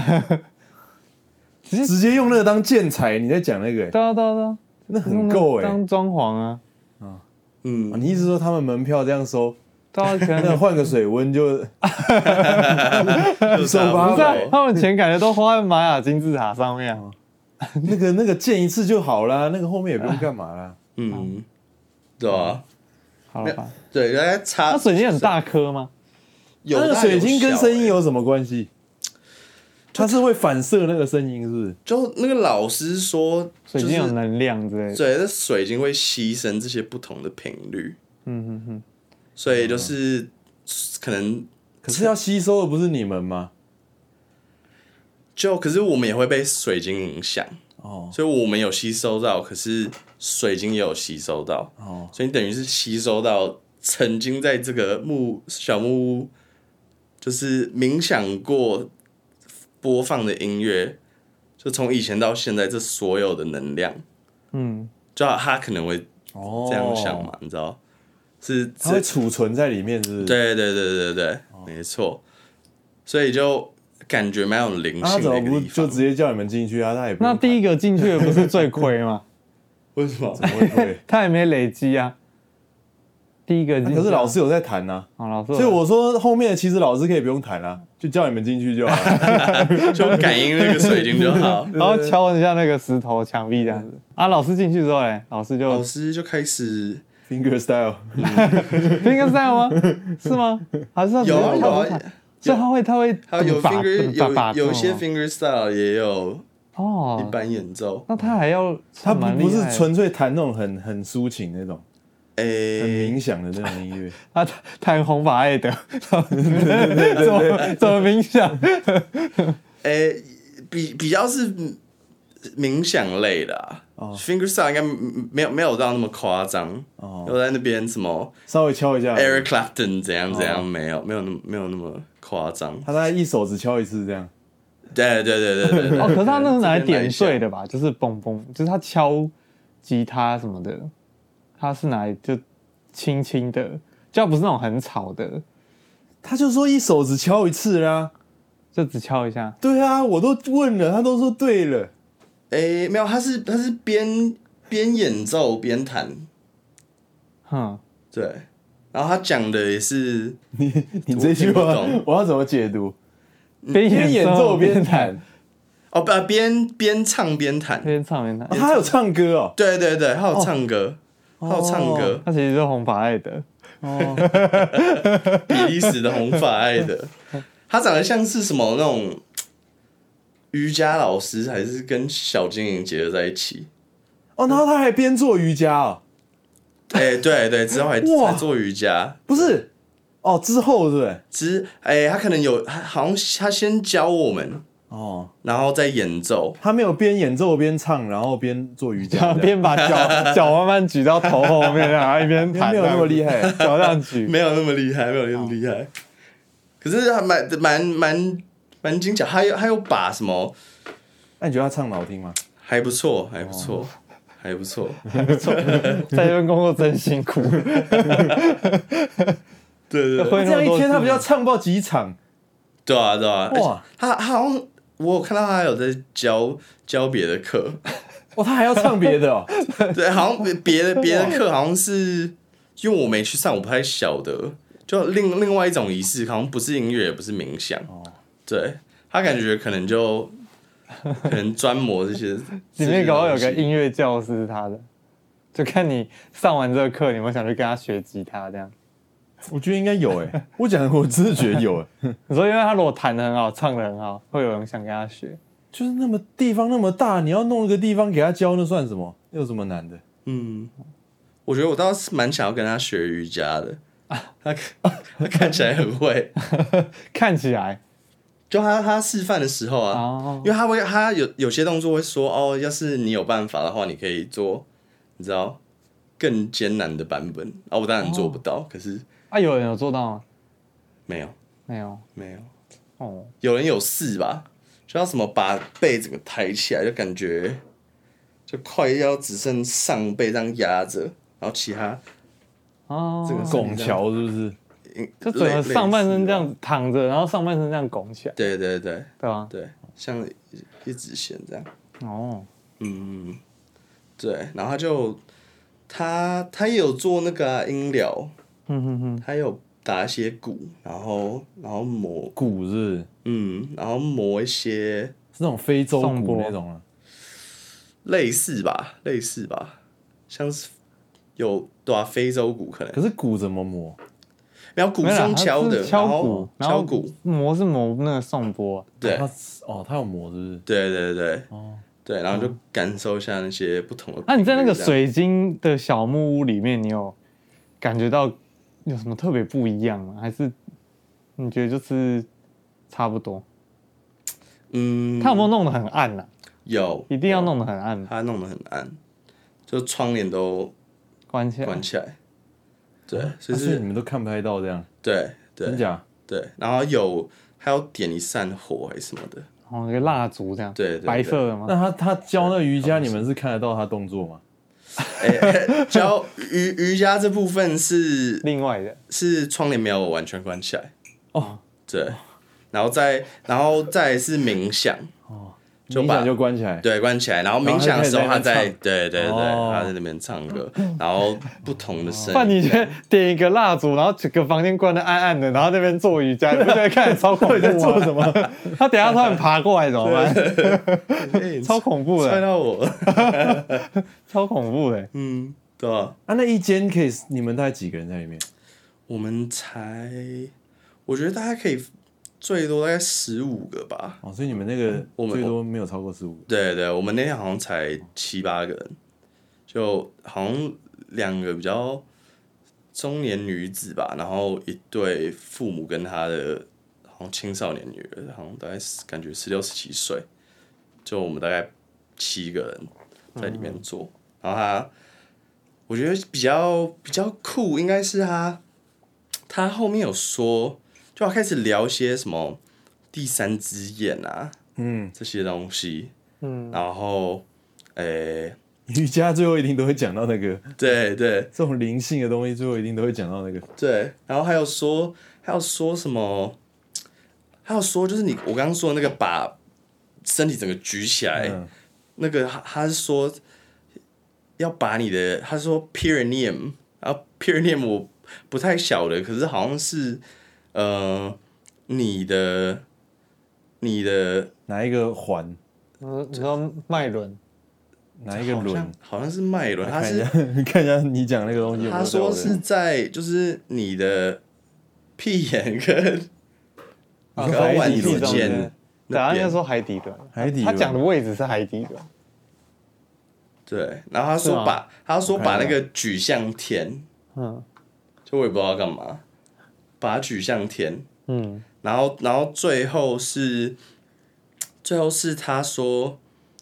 直接用那个当建材，你在讲那个？ 对啊， 那很够当装潢啊。 你意思说他们门票这样收？ 可能换个水温就收 800， 他们钱感觉都花在玛雅金字塔上面啊。 那个建一次就好啦，那个后面也不用干嘛啦。 对啊， 好了吧？ 对，大家擦。 它水晶很大颗吗？ 有那水晶跟声音有什么关系？它是会反射那个声音，是不是？ 就那个老师说， 水晶有能量之类的。 对，那水晶会牺牲这些不同的频率。所以就是可能， 可是要吸收的不是你们吗？ 可是我们也会被水晶影响所以我们有吸收到，可是水晶也有吸收到所以你等于是吸收到曾经在这个小木屋就是冥想过播放的音乐，就从以前到现在这所有的能量，就他可能会这样想嘛，你知道？它会储存在里面，是不是？ 对，没错。所以就感觉蛮有灵性的一个地方。 怎么不就直接叫你们进去啊？他也不那第一个进去的不是最亏吗？ 为什么？怎么会亏？ 他也没累积啊。第一个进去， 可是老师有在谈呐。 老师。 所以我说后面其实老师可以不用谈啦，就叫你们进去就好了， 就感应那个水晶就好， 然后敲一下那个石头墙壁这样子。老师进去之后嘞，老师就开始。 Finger style 吗？是吗？还是有啊？ 所以他会有一些 finger style 也有一般演奏。 那他还要他不是纯粹弹那种很抒情那种，很冥想的那种音乐。 他弹红发爱的，怎么冥想？ 比较是冥想类的啊。Finger style 应该没有到那么夸张，我在那边什么稍微敲一下 Eric Clapton 怎样没有那么夸张， 他大概一手只敲一次这样。 对。 可是他那是拿来点缀的吧？就是嘣嘣，就是他敲吉他什么的，他是拿来就轻轻的，就不是那种很吵的。 他就说一手只敲一次啦， 就只敲一下。 对啊，我都问了，他都说对了。 没有，他是边演奏边弹，对，然后他讲的也是你这句话我要怎么解读？ 边演奏边弹， 边唱边弹， 他还有唱歌哦， 对，他有唱歌， 他其实是红发爱的， 比利时的红发爱的，他长得像是什么那种。瑜伽老师还是跟小精灵结合在一起然后他还边做瑜伽对，之后还做瑜伽， 不是之后对不对？ 他可能有，好像他先教我们哦， 然后再演奏。 他没有边演奏边唱，然后边做瑜伽， 边把脚慢慢举到头后面，然后一边弹， 没有那么厉害， 脚这样举， 没有那么厉害，没有那么厉害。可是还蛮精巧，还有把什么？ 那你觉得他唱的好听吗？ 还不错，还不错，还不错。 在这边工作真辛苦。 对， 这样一天他不就要唱爆几场？ 对啊，对啊。 哇， 他好像我有看到他有在教别的课。 哦，他还要唱别的哦。 对，好像别的课好像是因为我没去上，我不太晓得。就另外一种仪式，好像不是音乐，也不是冥想。对，他感觉可能专磨这些。 里面搞到有个音乐教师，他的，就看你上完这个课，你有没有想去跟他学吉他这样？ 我觉得应该有诶，我真的觉得有诶。 你说，因为他如果弹得很好，唱得很好，会有人想跟他学。 就是那么地方那么大，你要弄一个地方给他教，那算什么？有什么难的？ 我觉得我倒是蛮想要跟他学瑜伽的。他看起来很会， 看起来。 就他示范的时候啊，因为他有些动作会说哦，要是你有办法的话，你可以做，你知道更艰难的版本啊，我当然做不到，可是有人有做到吗？ 没有， 哦， 有人有试吧，就要什么把背整个抬起来，就感觉就快要只剩上背这样压着，然后其他这个拱桥是不是？ 就整个上半身这样躺着，然后上半身这样拱起来。 对， 对吧？ 对，像一直线这样。 哦， 对，然后他也有做那个音疗，他有打一些鼓，然后磨鼓是然后磨一些是那种非洲鼓那种啊， 类似吧，像是有对啊，非洲鼓可能。 可是鼓怎么磨？ 没有鼓是用敲的， 敲鼓， 敲鼓磨是磨那个颂钵。 对， 他有磨是不是？ 对，对，然后就感受一下那些不同的。 那你在那个水晶的小木屋里面，你有感觉到有什么特别不一样吗？还是你觉得就是差不多？他有没有弄得很暗啊？ 有， 一定要弄得很暗。 他弄得很暗，就窗帘都关起来。对， 所以你们都看不太到这样。 对， 真假？ 对，然后还有点一扇火还是什么的。 一个蜡烛这样。 对， 白色的吗？ 那他教那瑜伽，你们是看得到他动作吗？ 教瑜伽这部分是另外的， 是窗帘没有完全关起来。 哦， 对，然后再来是冥想。 冥想就关起来， 对，关起来，然后冥想的时候他在对，他在那边唱歌，然后不同的声音。 那你觉得点一个蜡烛，然后整个房间关得暗暗的，然后那边做瑜伽，你不觉得看起来超恐怖吗？ 在做什么？ 他等一下突然爬过来怎么办？超恐怖的， 踹到我， 超恐怖的。 对吧？ 那一间可以，你们大概几个人在里面？ 我觉得大概可以。最多大概15个吧。 所以你们那个最多没有超过15个。 对，我们那天好像才7、8个人，就好像2个比较中年女子吧，然后一对父母跟他的好像青少年女儿，好像大概感觉16、17岁，就我们大概7个人在里面做。然后我觉得比较酷，应该是他后面有说。就要开始聊一些什么第3只眼啊，这些东西，然后， 瑜伽最后一定都会讲到那个， 对， 这种灵性的东西最后一定都会讲到那个， 对，然后还有说什么，还有说就是我刚刚说的那个把身体整个举起来，那个他是说要把你的，他说 perineum， 然後 perineum 我不太晓得，可是好像是。你的哪一个环？ 你说脉轮？ 哪一个轮？ 好像是脉轮。他是看一下你讲那个东西。 他说是在就是你的屁眼跟睾丸之间。 对，他应该说海底轮。他讲的位置是海底轮。 对，然后他说把那个举向天，就我也不知道干嘛。把它举向天，然后最后最后是他说，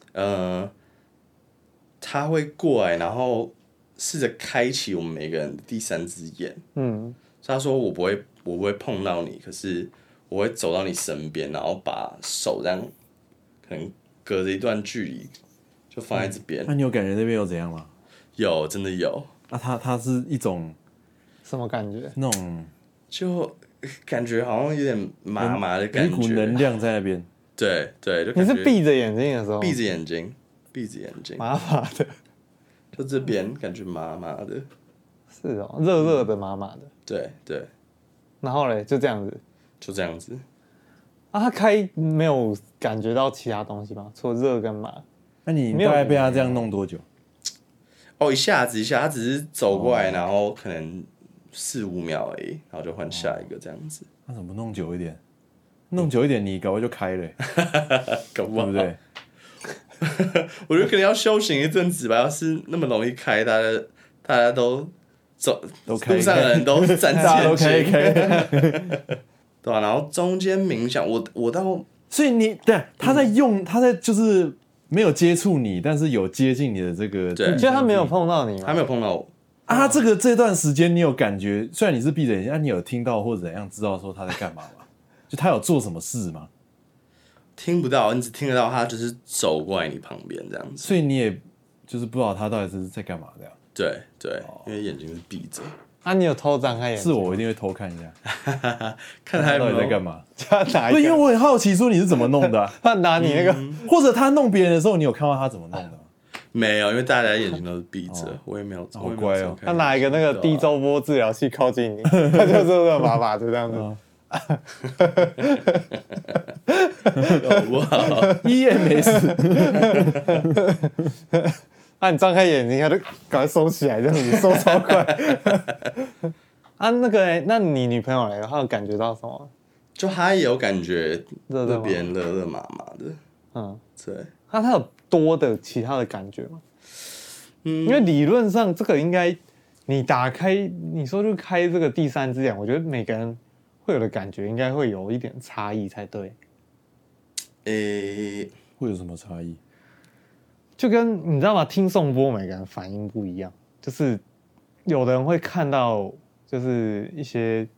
他会过来，然后试着开启我们每个人的第三只眼。所以他说我不会碰到你，可是我会走到你身边，然后把手这样可能隔着一段距离就放在这边。 那你有感觉那边有怎样吗？ 有，真的有。 那它是一种什么感觉？ 那种就感觉好像有点麻麻的感觉， 有一股能量在那边。 对对，就你感觉是闭着眼睛的时候？ 闭着眼睛， 麻麻的。 就这边感觉麻麻的。 是哦，热热的麻麻的。 对对， 然后嘞，就这样子。 就这样子。 啊，他开没有感觉到其他东西吗？除了热跟麻。 那你大概被他这样弄多久？ 哦，一下子，他只是走过来，然后可能4-5秒而已，然后就换下一个这样子。 那怎么弄久一点？弄久一点，你搞不好就开了、 搞不好对不对？ 我觉得可能要修行一阵子吧。要是那么容易开，大家都走， 都开路上的人都站大家都起眼睛， 开。 对吧、然后中间冥想，我到， 所以他在就是没有接触你，但是有接近你的这个。 对你觉得他没有碰到你吗？ 他没有碰到我。 啊，这段时间你有感觉？虽然你是闭着眼睛，但你有听到或者怎样知道说他在干嘛吗？就他有做什么事吗？ 听不到，你只听得到他就是走过来你旁边这样子。 所以你也就是不知道他到底是在干嘛这样。 对对，因为眼睛是闭着。 啊，你有偷张开眼睛？ 是我一定会偷看一下， 看他有没有到底在干嘛。 他拿不，因为一个， 我很好奇，说你是怎么弄的、啊， 他拿你那个， 或者他弄别人的时候，你有看到他怎么弄的吗？ 没有，因为大家眼睛都是闭着，我也没有， 好乖哦他拿一个那个低周波治疗器靠近你，他就热麻麻的这样子。 好不好？ EMS 啊，你张开眼睛，他就赶快收起来，这样子收超快。啊，那个欸，那你女朋友来，她有感觉到什么？ 就他也有感觉热那边热热麻麻的， 嗯， 对， 她有多的其他的感觉吗？因为理论上这个应该你打开，你说就开这个第三只眼，我觉得每个人会有的感觉应该会有一点差异才对。 会有什么差异？ 就跟你知道吗？听颂钵每个人反应不一样，就是有的人会看到就是一些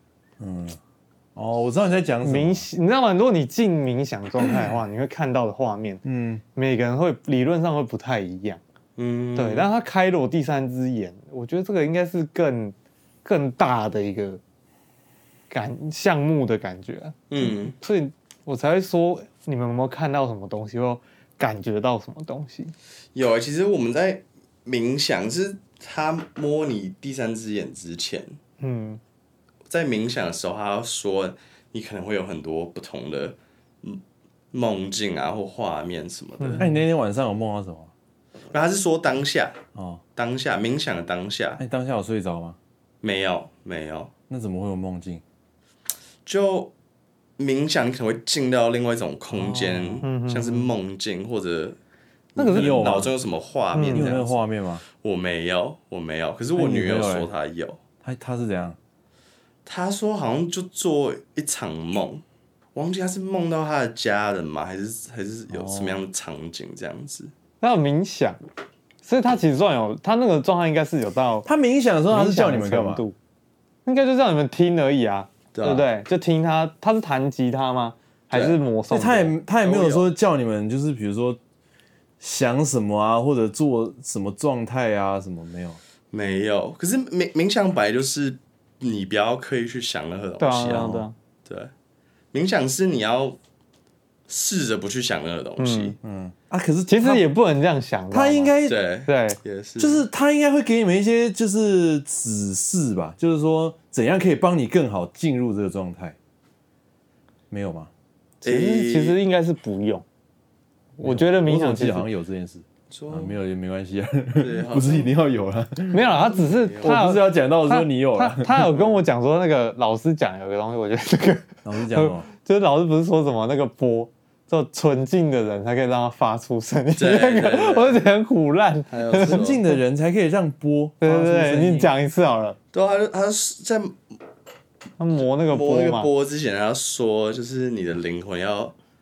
哦，我知道你在讲什么。 你知道吗？如果你进冥想状态的话，你会看到的画面，每个人会理论上会不太一样，对。但他开了我第三只眼，我觉得这个应该是更大的一个项目的感觉，所以我才会说你们有没有看到什么东西，或感觉到什么东西？ 有其实我们在冥想，是他摸你第三只眼之前，在冥想的时候，他要说你可能会有很多不同的梦境啊，或画面什么的。 那你那天晚上有梦到什么？ 然后他是说当下， 哦， 当下冥想的当下那你当下有睡着吗？ 没有， 那怎么会有梦境？ 就冥想你可能会进到另外一种空间，像是梦境或者那个是你有吗脑中有什么画面你有那个这样子。 画面吗？ 我没有，可是我女友说她有。 他是怎样？ 她说好像就做一场梦，忘记她是梦到她的家人吗？还是有什么样的场景这样子？ 他有冥想，所以他其实他那个状态应该是有到他冥想的时候，他是叫你们干嘛？ 应该就叫你们听而已啊， 对不对？就听他是弹吉他吗？还是魔所诵？ 以他也没有说叫你们，就是比如说想什么啊，或者做什么状态啊，什么没有？ 没有。可是冥想本来就是你不要刻意去想任何东西啊。对，冥想是你要试着不去想任何东西。 可是其实也不能这样想， 他应该对，也是， 就是他应该会给你们一些就是指示吧，就是说怎样可以帮你更好进入这个状态，没有吗？ 其实应该是不用。我觉得冥想其实好像有这件事，没有也没关系啊， 对不是一定要有啊。 没有啦，他只是我不是要讲到说你有啊， 他有跟我讲说那个老师讲有个东西，我觉得这个老师讲什么？ 就是老师不是说什么那个波，就纯净的人才可以让他发出声音， 对那个我就觉得很唬烂。 还有纯净的人才可以让波发出声音。 对，你讲一次好了。 对啊，他在他磨那个摸那个波嘛， 波之前，他说就是你的灵魂要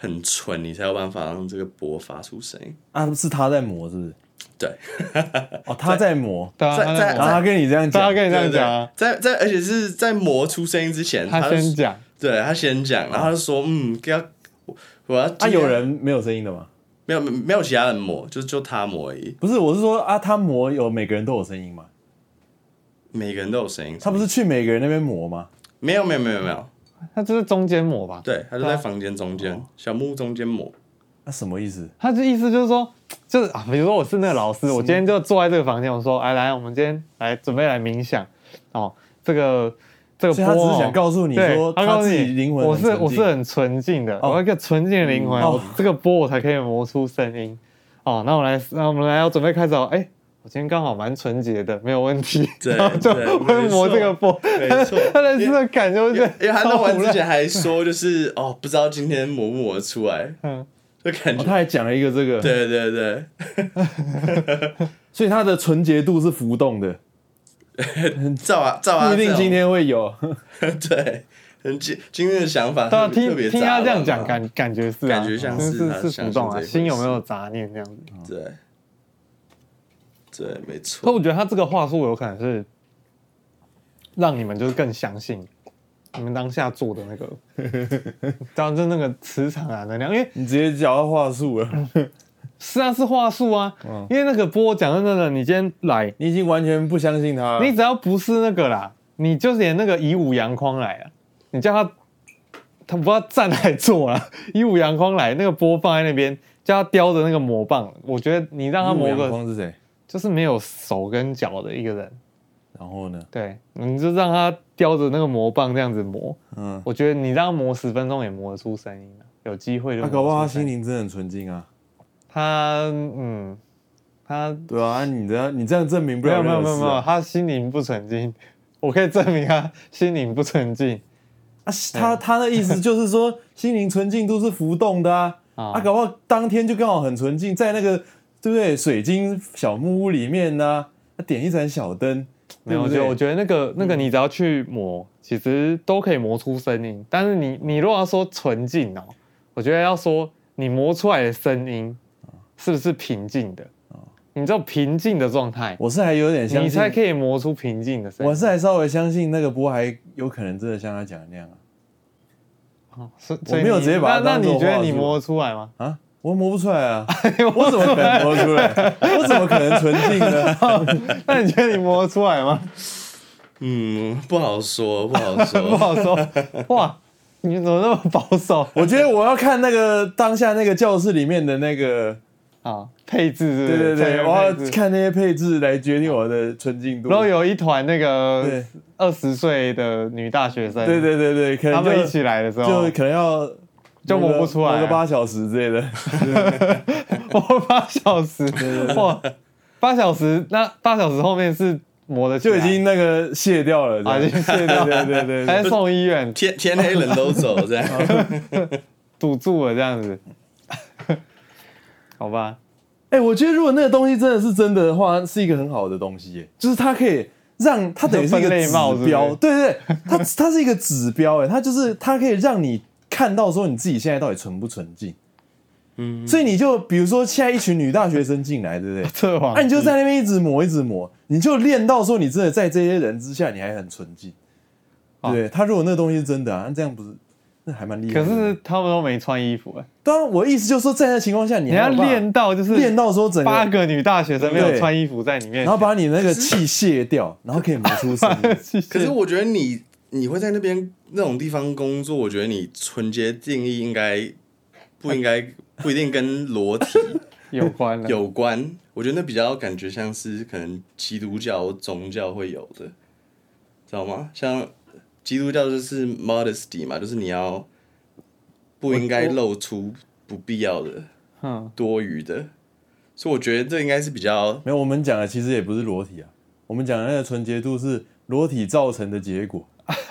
很纯，你才有办法让这个波发出声音。 啊，是他在磨，是不是？ 对， 哦，他在磨， 对啊， 在然后他跟你这样讲， 他跟你这样讲啊， 而且是在磨出声音之前， 他先讲， 对他先讲，然后他就说，我要啊，有人没有声音的吗？ 没有其他人磨，就他磨而已。 不是，我是说啊，他磨有每个人都有声音吗？ 每个人都有声音， 他不是去每个人那边磨吗？ 没有， 他就是中间磨吧？ 对，他就在房间中间小木屋中间磨。 那什么意思？ 他的意思就是说，就是啊，比如说我是那个老师，我今天就坐在这个房间，我说，哎，来，我们今天来准备来冥想哦，这个波， 所以他只是想告诉你说， 他告诉自己你灵魂我是很纯净的，我一个纯净的灵魂，我这个波我才可以磨出声音。哦，那我们来要准备开始哦，哎。我今天刚好蛮纯洁的，没有问题， 对， 然后就会磨这个波， 没错， 他的这个感觉，因为他弄完之前还说，就是不知道今天磨不磨得出来，就感觉他还讲了一个这个， 对， 所以他的纯洁度是浮动的， 照啊， 不一定今天会有， 对，今天的想法对啊， 特别听他这样讲，感觉是感觉像是浮动啊，心有没有杂念这样子？ 对，没错。 可我觉得他这个话术有可能是让你们就是更相信你们当下做的那个，当然就那个磁场啊能量，因为你直接讲到话术了， 是话术啊，因为那个波讲真的，你今天来， 你已经完全不相信他了， 你只要不是那个啦，你就是连那个以武扬匡来啊，你叫他不要站来做啦，以武扬匡来，那个波放在那边，叫他叼着那个魔棒，我觉得你让他磨个， 光是谁？ 就是没有手跟脚的一个人。 然后呢？ 对，你就让他叼着那个魔棒这样子磨，我觉得你让他磨10分钟也磨得出声音了，有机会就磨得出声音。 搞不好他心灵真的很纯净啊。 他对啊，你这样证明不了。 没有，他心灵不纯净，我可以证明他心灵不纯净。 他的意思就是说，心灵纯净度是浮动的啊。搞不好当天就刚好很纯净，在那个对不对水晶小木屋里面呢，点一盏小灯。 没有，我觉得那个你只要去磨，其实都可以磨出声音。但是你如果要说纯净哦，我觉得要说你磨出来的声音是不是平静的？你只有平静的状态， 我是还有点相信， 你才可以磨出平静的声音。 我是还稍微相信那个波还有可能真的像他讲的那样啊。我没有直接把它当作话术。 那你觉得你磨得出来吗？ 啊，我磨不出来啊！我怎么可能磨出来？我怎么可能纯净呢？ 那你觉得你磨得出来吗？ 不好说。 不好说。哇，你怎么那么保守？ 我觉得我要看那个当下那个教室里面的那个配置是不是？ 对，我要看那些配置来决定我的纯净度。 然后有一团那个20岁的女大学生， 对，可能他们一起来的时候， 就可能要就磨不出来， 磨个8小时之类的。 磨8小时，哇，8小时，那8小时后面是磨的就已经那个卸掉了， 已经卸掉，对，还送医院， 天黑人都走这样， 堵住了这样子，好吧。 我觉得如果那个东西真的是真的话，是一个很好的东西耶，就是它可以让它等于是一个指标，对，它是一个指标，它就是它可以让你看到说你自己现在到底纯不纯净。所以你就比如说现在一群女大学生进来，对不对？你就在那边一直磨，你就练到说你真的在这些人之下你还很纯净，对。他如果那个东西是真的这样不是那还蛮厉害的。 可是他们都没穿衣服当然我的意思就是说，在那情况下你要练到就是练到说整个 8个女大学生没有穿衣服在里面， 然后把你那个气卸掉，然后可以磨出声音。 可是我觉得你会在那边那种地方工作，我觉得你纯洁定义不一定跟裸体有关。 我觉得那比较感觉像是可能基督教宗教会有的，知道吗？像基督教就是 modesty 嘛，就是你要不应该露出不必要的、多余的，所以我觉得这应该是比较没有。我们讲的其实也不是裸体啊，我们讲的那个纯洁度是裸体造成的结果。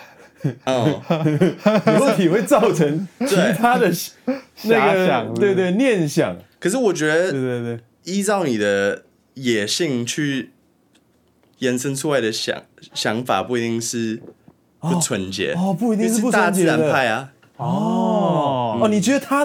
裸体会造成其他的那个对念想。 可是我觉得对， 依照你的野性去延伸出来的想法，不一定是不纯洁不一定是不纯洁的大自然派啊。 你觉得他的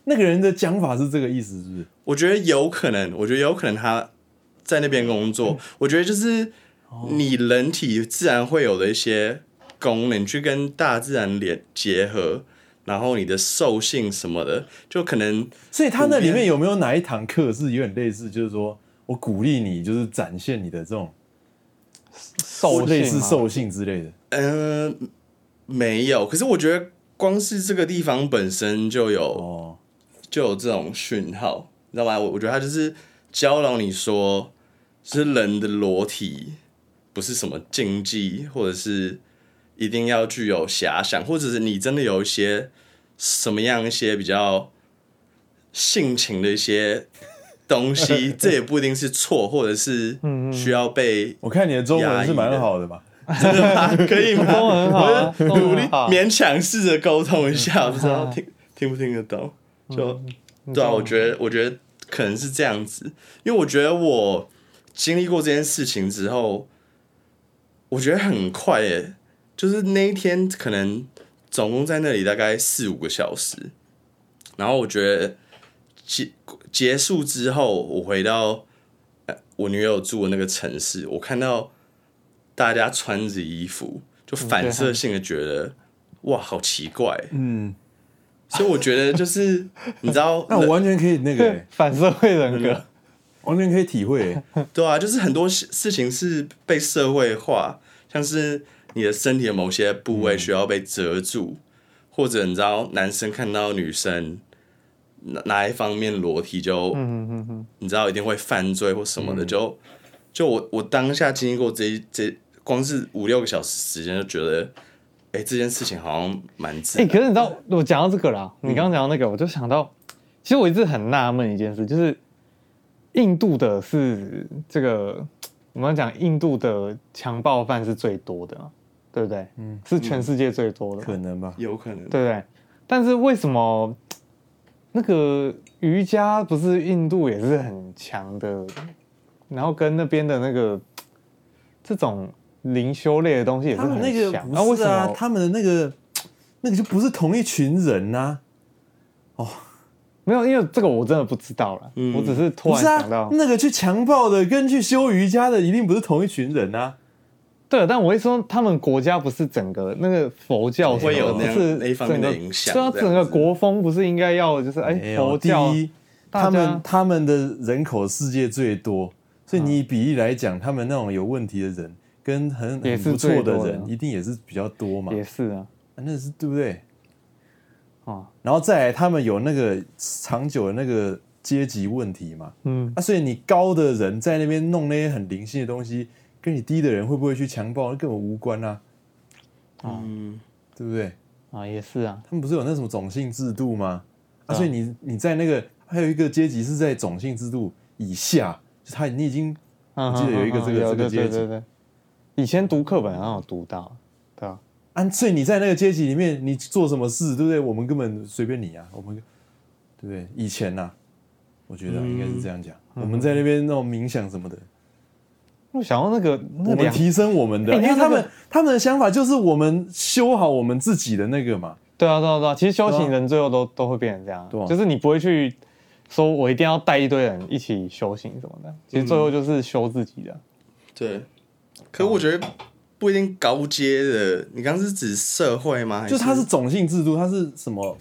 那个人的讲法是这个意思，是不是？ 我觉得有可能他在那边工作，我觉得就是你人体自然会有的一些功能，去跟大自然结合，然后你的兽性什么的，就可能。 所以他那里面有没有哪一堂课是有点类似，就是说我鼓励你，就是展现你的这种类似兽性之类的？ 没有。可是我觉得光是这个地方本身就有这种讯号，你知道吗？我觉得他就是教导你说，是人的裸体不是什么禁忌，或者是一定要具有遐想，或者是你真的有一些什么样一些比较性情的一些东西，这也不一定是错，或者是需要被。 我看你的中文是蛮好的吧？ 真的吗？可以吗？ 中文很好啊， 我努力勉强试着沟通一下，不知道听不听得懂。就对啊，我觉得可能是这样子，因为我觉得我经历过这件事情之后，我觉得很快耶，就是那一天可能总共在那里大概4-5个小时，然后我觉得结束之后，我回到我女友住的那个城市，我看到大家穿着衣服，就反射性的觉得哇，好奇怪。所以我觉得就是你知道， 那我完全可以那个反社会人格， 完全可以体会。 对啊，就是很多事情是被社会化，像是你的身体的某些部位需要被遮住，或者你知道男生看到女生哪一方面裸体就，你知道一定会犯罪或什么的，就我当下经历过这光是5-6个小时时间，就觉得。这件事情好像蛮自然。 可是你知道，我讲到这个啦，你刚刚讲到那个，我就想到，其实我一直很纳闷一件事，就是印度的是这个，我们讲印度的强暴犯是最多的，对不对？是全世界最多的， 可能吧， 有可能， 对不对？但是为什么那个瑜伽不是印度也是很强的，然后跟那边的那个这种。灵修类的东西也是很强， 那为什么他们的那个就不是同一群人呢？ 没有，因为这个我真的不知道了，我只是突然想到， 那个去强暴的跟去修瑜伽的一定不是同一群人啊。 对，但我会说，他们国家不是整个那个佛教会有那一方面的影响， 对啊，整个国风不是应该要就是佛教？ 第一，他们的人口世界最多，所以你以比例来讲，他们那种有问题的人。跟很不错的人，一定也是比较多嘛。 也是啊， 那是对不对？然后再来，他们有那个长久的那个阶级问题嘛。所以你高的人在那边弄那些很灵性的东西，跟你低的人会不会去强暴，根本无关啊。对不对？ 也是啊。 他们不是有那什么种姓制度吗？所以你在那个还有一个阶级是在种姓制度以下，就你已经我记得有一个这个阶级。 对。以前读课本好像有读到，对吧？ 所以你在那个阶级里面，你做什么事，对不对？我们根本随便你啊，我们对不对？以前啊，我觉得应该是这样讲。我们在那边那种冥想什么的， 我想到我们提升我们的，因为他们的想法就是我们修好我们自己的那个嘛。 对啊。其实修行人最后都会变成这样，就是你不会去说我一定要带一堆人一起修行什么的，其实最后就是修自己的。 对。可我觉得不一定高阶的，你刚刚是指社会吗？ 就它是种姓制度，它是什么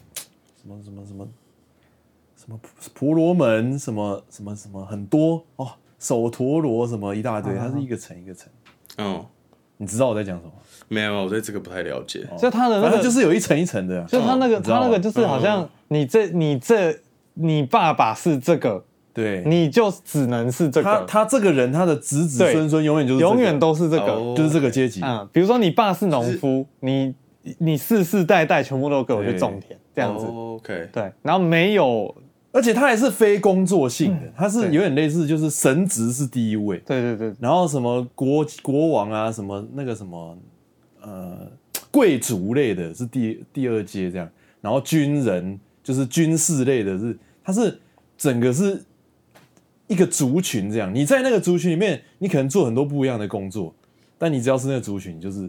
婆罗门什么很多手陀罗什么一大堆，它是一个层一个层。你知道我在讲什么？ 没有，我对这个不太了解。 就它的那个就是有一层一层的， 就它那个就是好像你爸爸是这个。 对， 你就只能是这个。 他这个人，他的子子孙孙永远都是这个， 就是这个阶级。 比如说你爸是农夫，你世世代代全部都给我去种田，这样子。 OK。 对，然后没有， 而且他还是非工作性的，他是有点类似，就是神职是第一位。 对。 然后什么国王啊，什么那个什么贵族类的是第二阶这样，然后军人就是军事类的他是整个是。一个族群这样，你在那个族群里面，你可能做很多不一样的工作，但你只要是那个族群，就是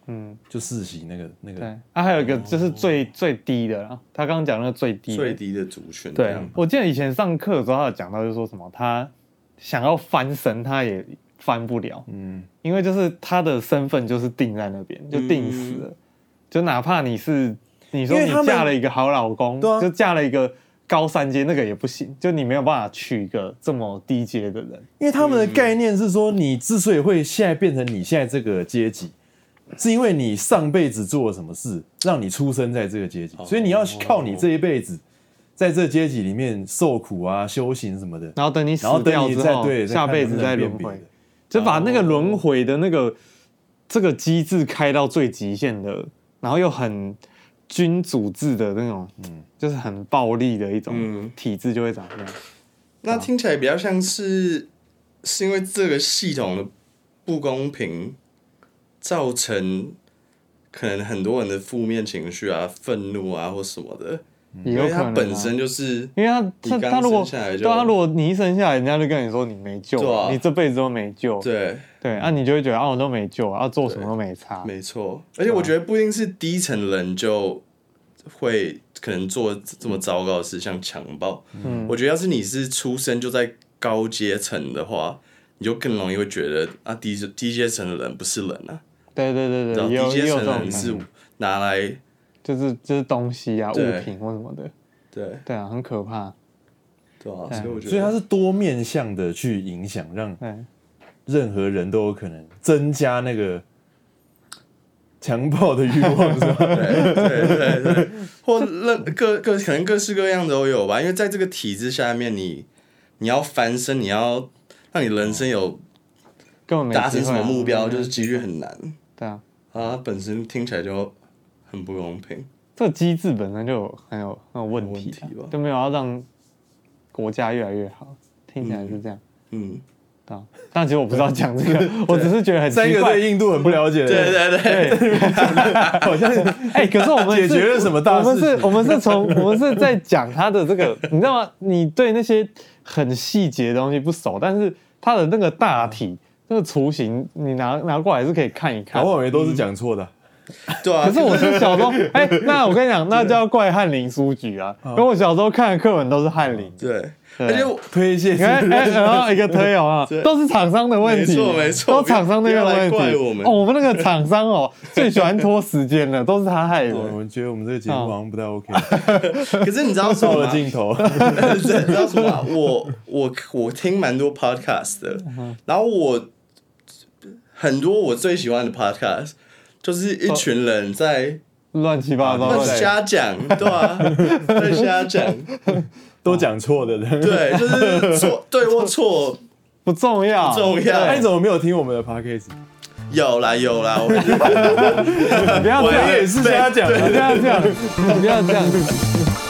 就世袭那个。 对，还有一个就是最低的啦，他刚刚讲那个最低的族群。 对，我记得以前上课的时候，他有讲到，就是说什么他想要翻身，他也翻不了，因为就是他的身份就是定在那边，就定死了，就哪怕你说你嫁了一个好老公，就嫁了一个高3阶，那个也不行，就你没有办法娶一个这么低阶的人， 因为他们的概念是说，你之所以会现在变成你现在这个阶级，是因为你上辈子做了什么事，让你出生在这个阶级，所以你要靠你这一辈子在这阶级里面受苦啊、修行什么的， 然后等你死掉之后，下辈子再轮回，就把那个轮回的这个机制开到最极限的，然后又很君主制的那种，就是很暴力的一种体制就会长这样。 那听起来比较像是因为这个系统的不公平，造成可能很多人的负面情绪啊、愤怒啊或什么的。因为他本身就是， 因为他如果你一生下来，人家就跟你说你没救了，你这辈子都没救。 对， 你就会觉得我都没救，做什么都没差。 没错，而且我觉得不一定是低层人就会可能做这么糟糕的事，像强暴。我觉得要是你是出生就在高阶层的话，你就更容易会觉得低阶层的人不是人啊。 对， 低阶层的人是拿来。 就是东西啊、物品或什么的，对啊，很可怕。 对啊，所以我觉得， 所以它是多面向的去影响，让任何人都有可能增加那个强暴的欲望，是吧？ 对，或可能各式各样都有吧。因为在这个体制下面，你要翻身，你要让你人生有达成什么目标，就是几率很难。 对啊， 它本身听起来就很不公平， 这个机制本身就很有问题吧，就没有要让国家越来越好，听起来是这样。对，但其实我不知道讲这个，我只是觉得很奇怪。 3个对印度很不了解的， 对， 好像可是我们解决了什么大事情？ 我们是在讲他的这个，你知道吗？你对那些很细节的东西不熟，但是他的那个大体那个雏形，你拿过来是可以看一看。 我以为都是讲错的。 对啊， 可是我是小时候，那我跟你讲，那就要怪翰林书局啊。跟我小时候看的课文都是翰林， 对，而且推荐， 然后一个推啊，都是厂商的问题， 没错， 都厂商那个问题。我们那个厂商最喜欢拖时间了，都是他害的。 我们觉得我们这个节目好像不太 OK。 可是你知道什么吗？ 了镜头， 你知道什么吗？我听蛮多 podcast 的，然后很多我最喜欢的 podcast。就是一群人在乱七八糟瞎讲，对啊，在瞎讲， 都讲错的人， 对，就是错对或错不重要， 你怎么没有听我们的 podcast？ 有啦，我不要这样， 也是瞎讲， 不要这样，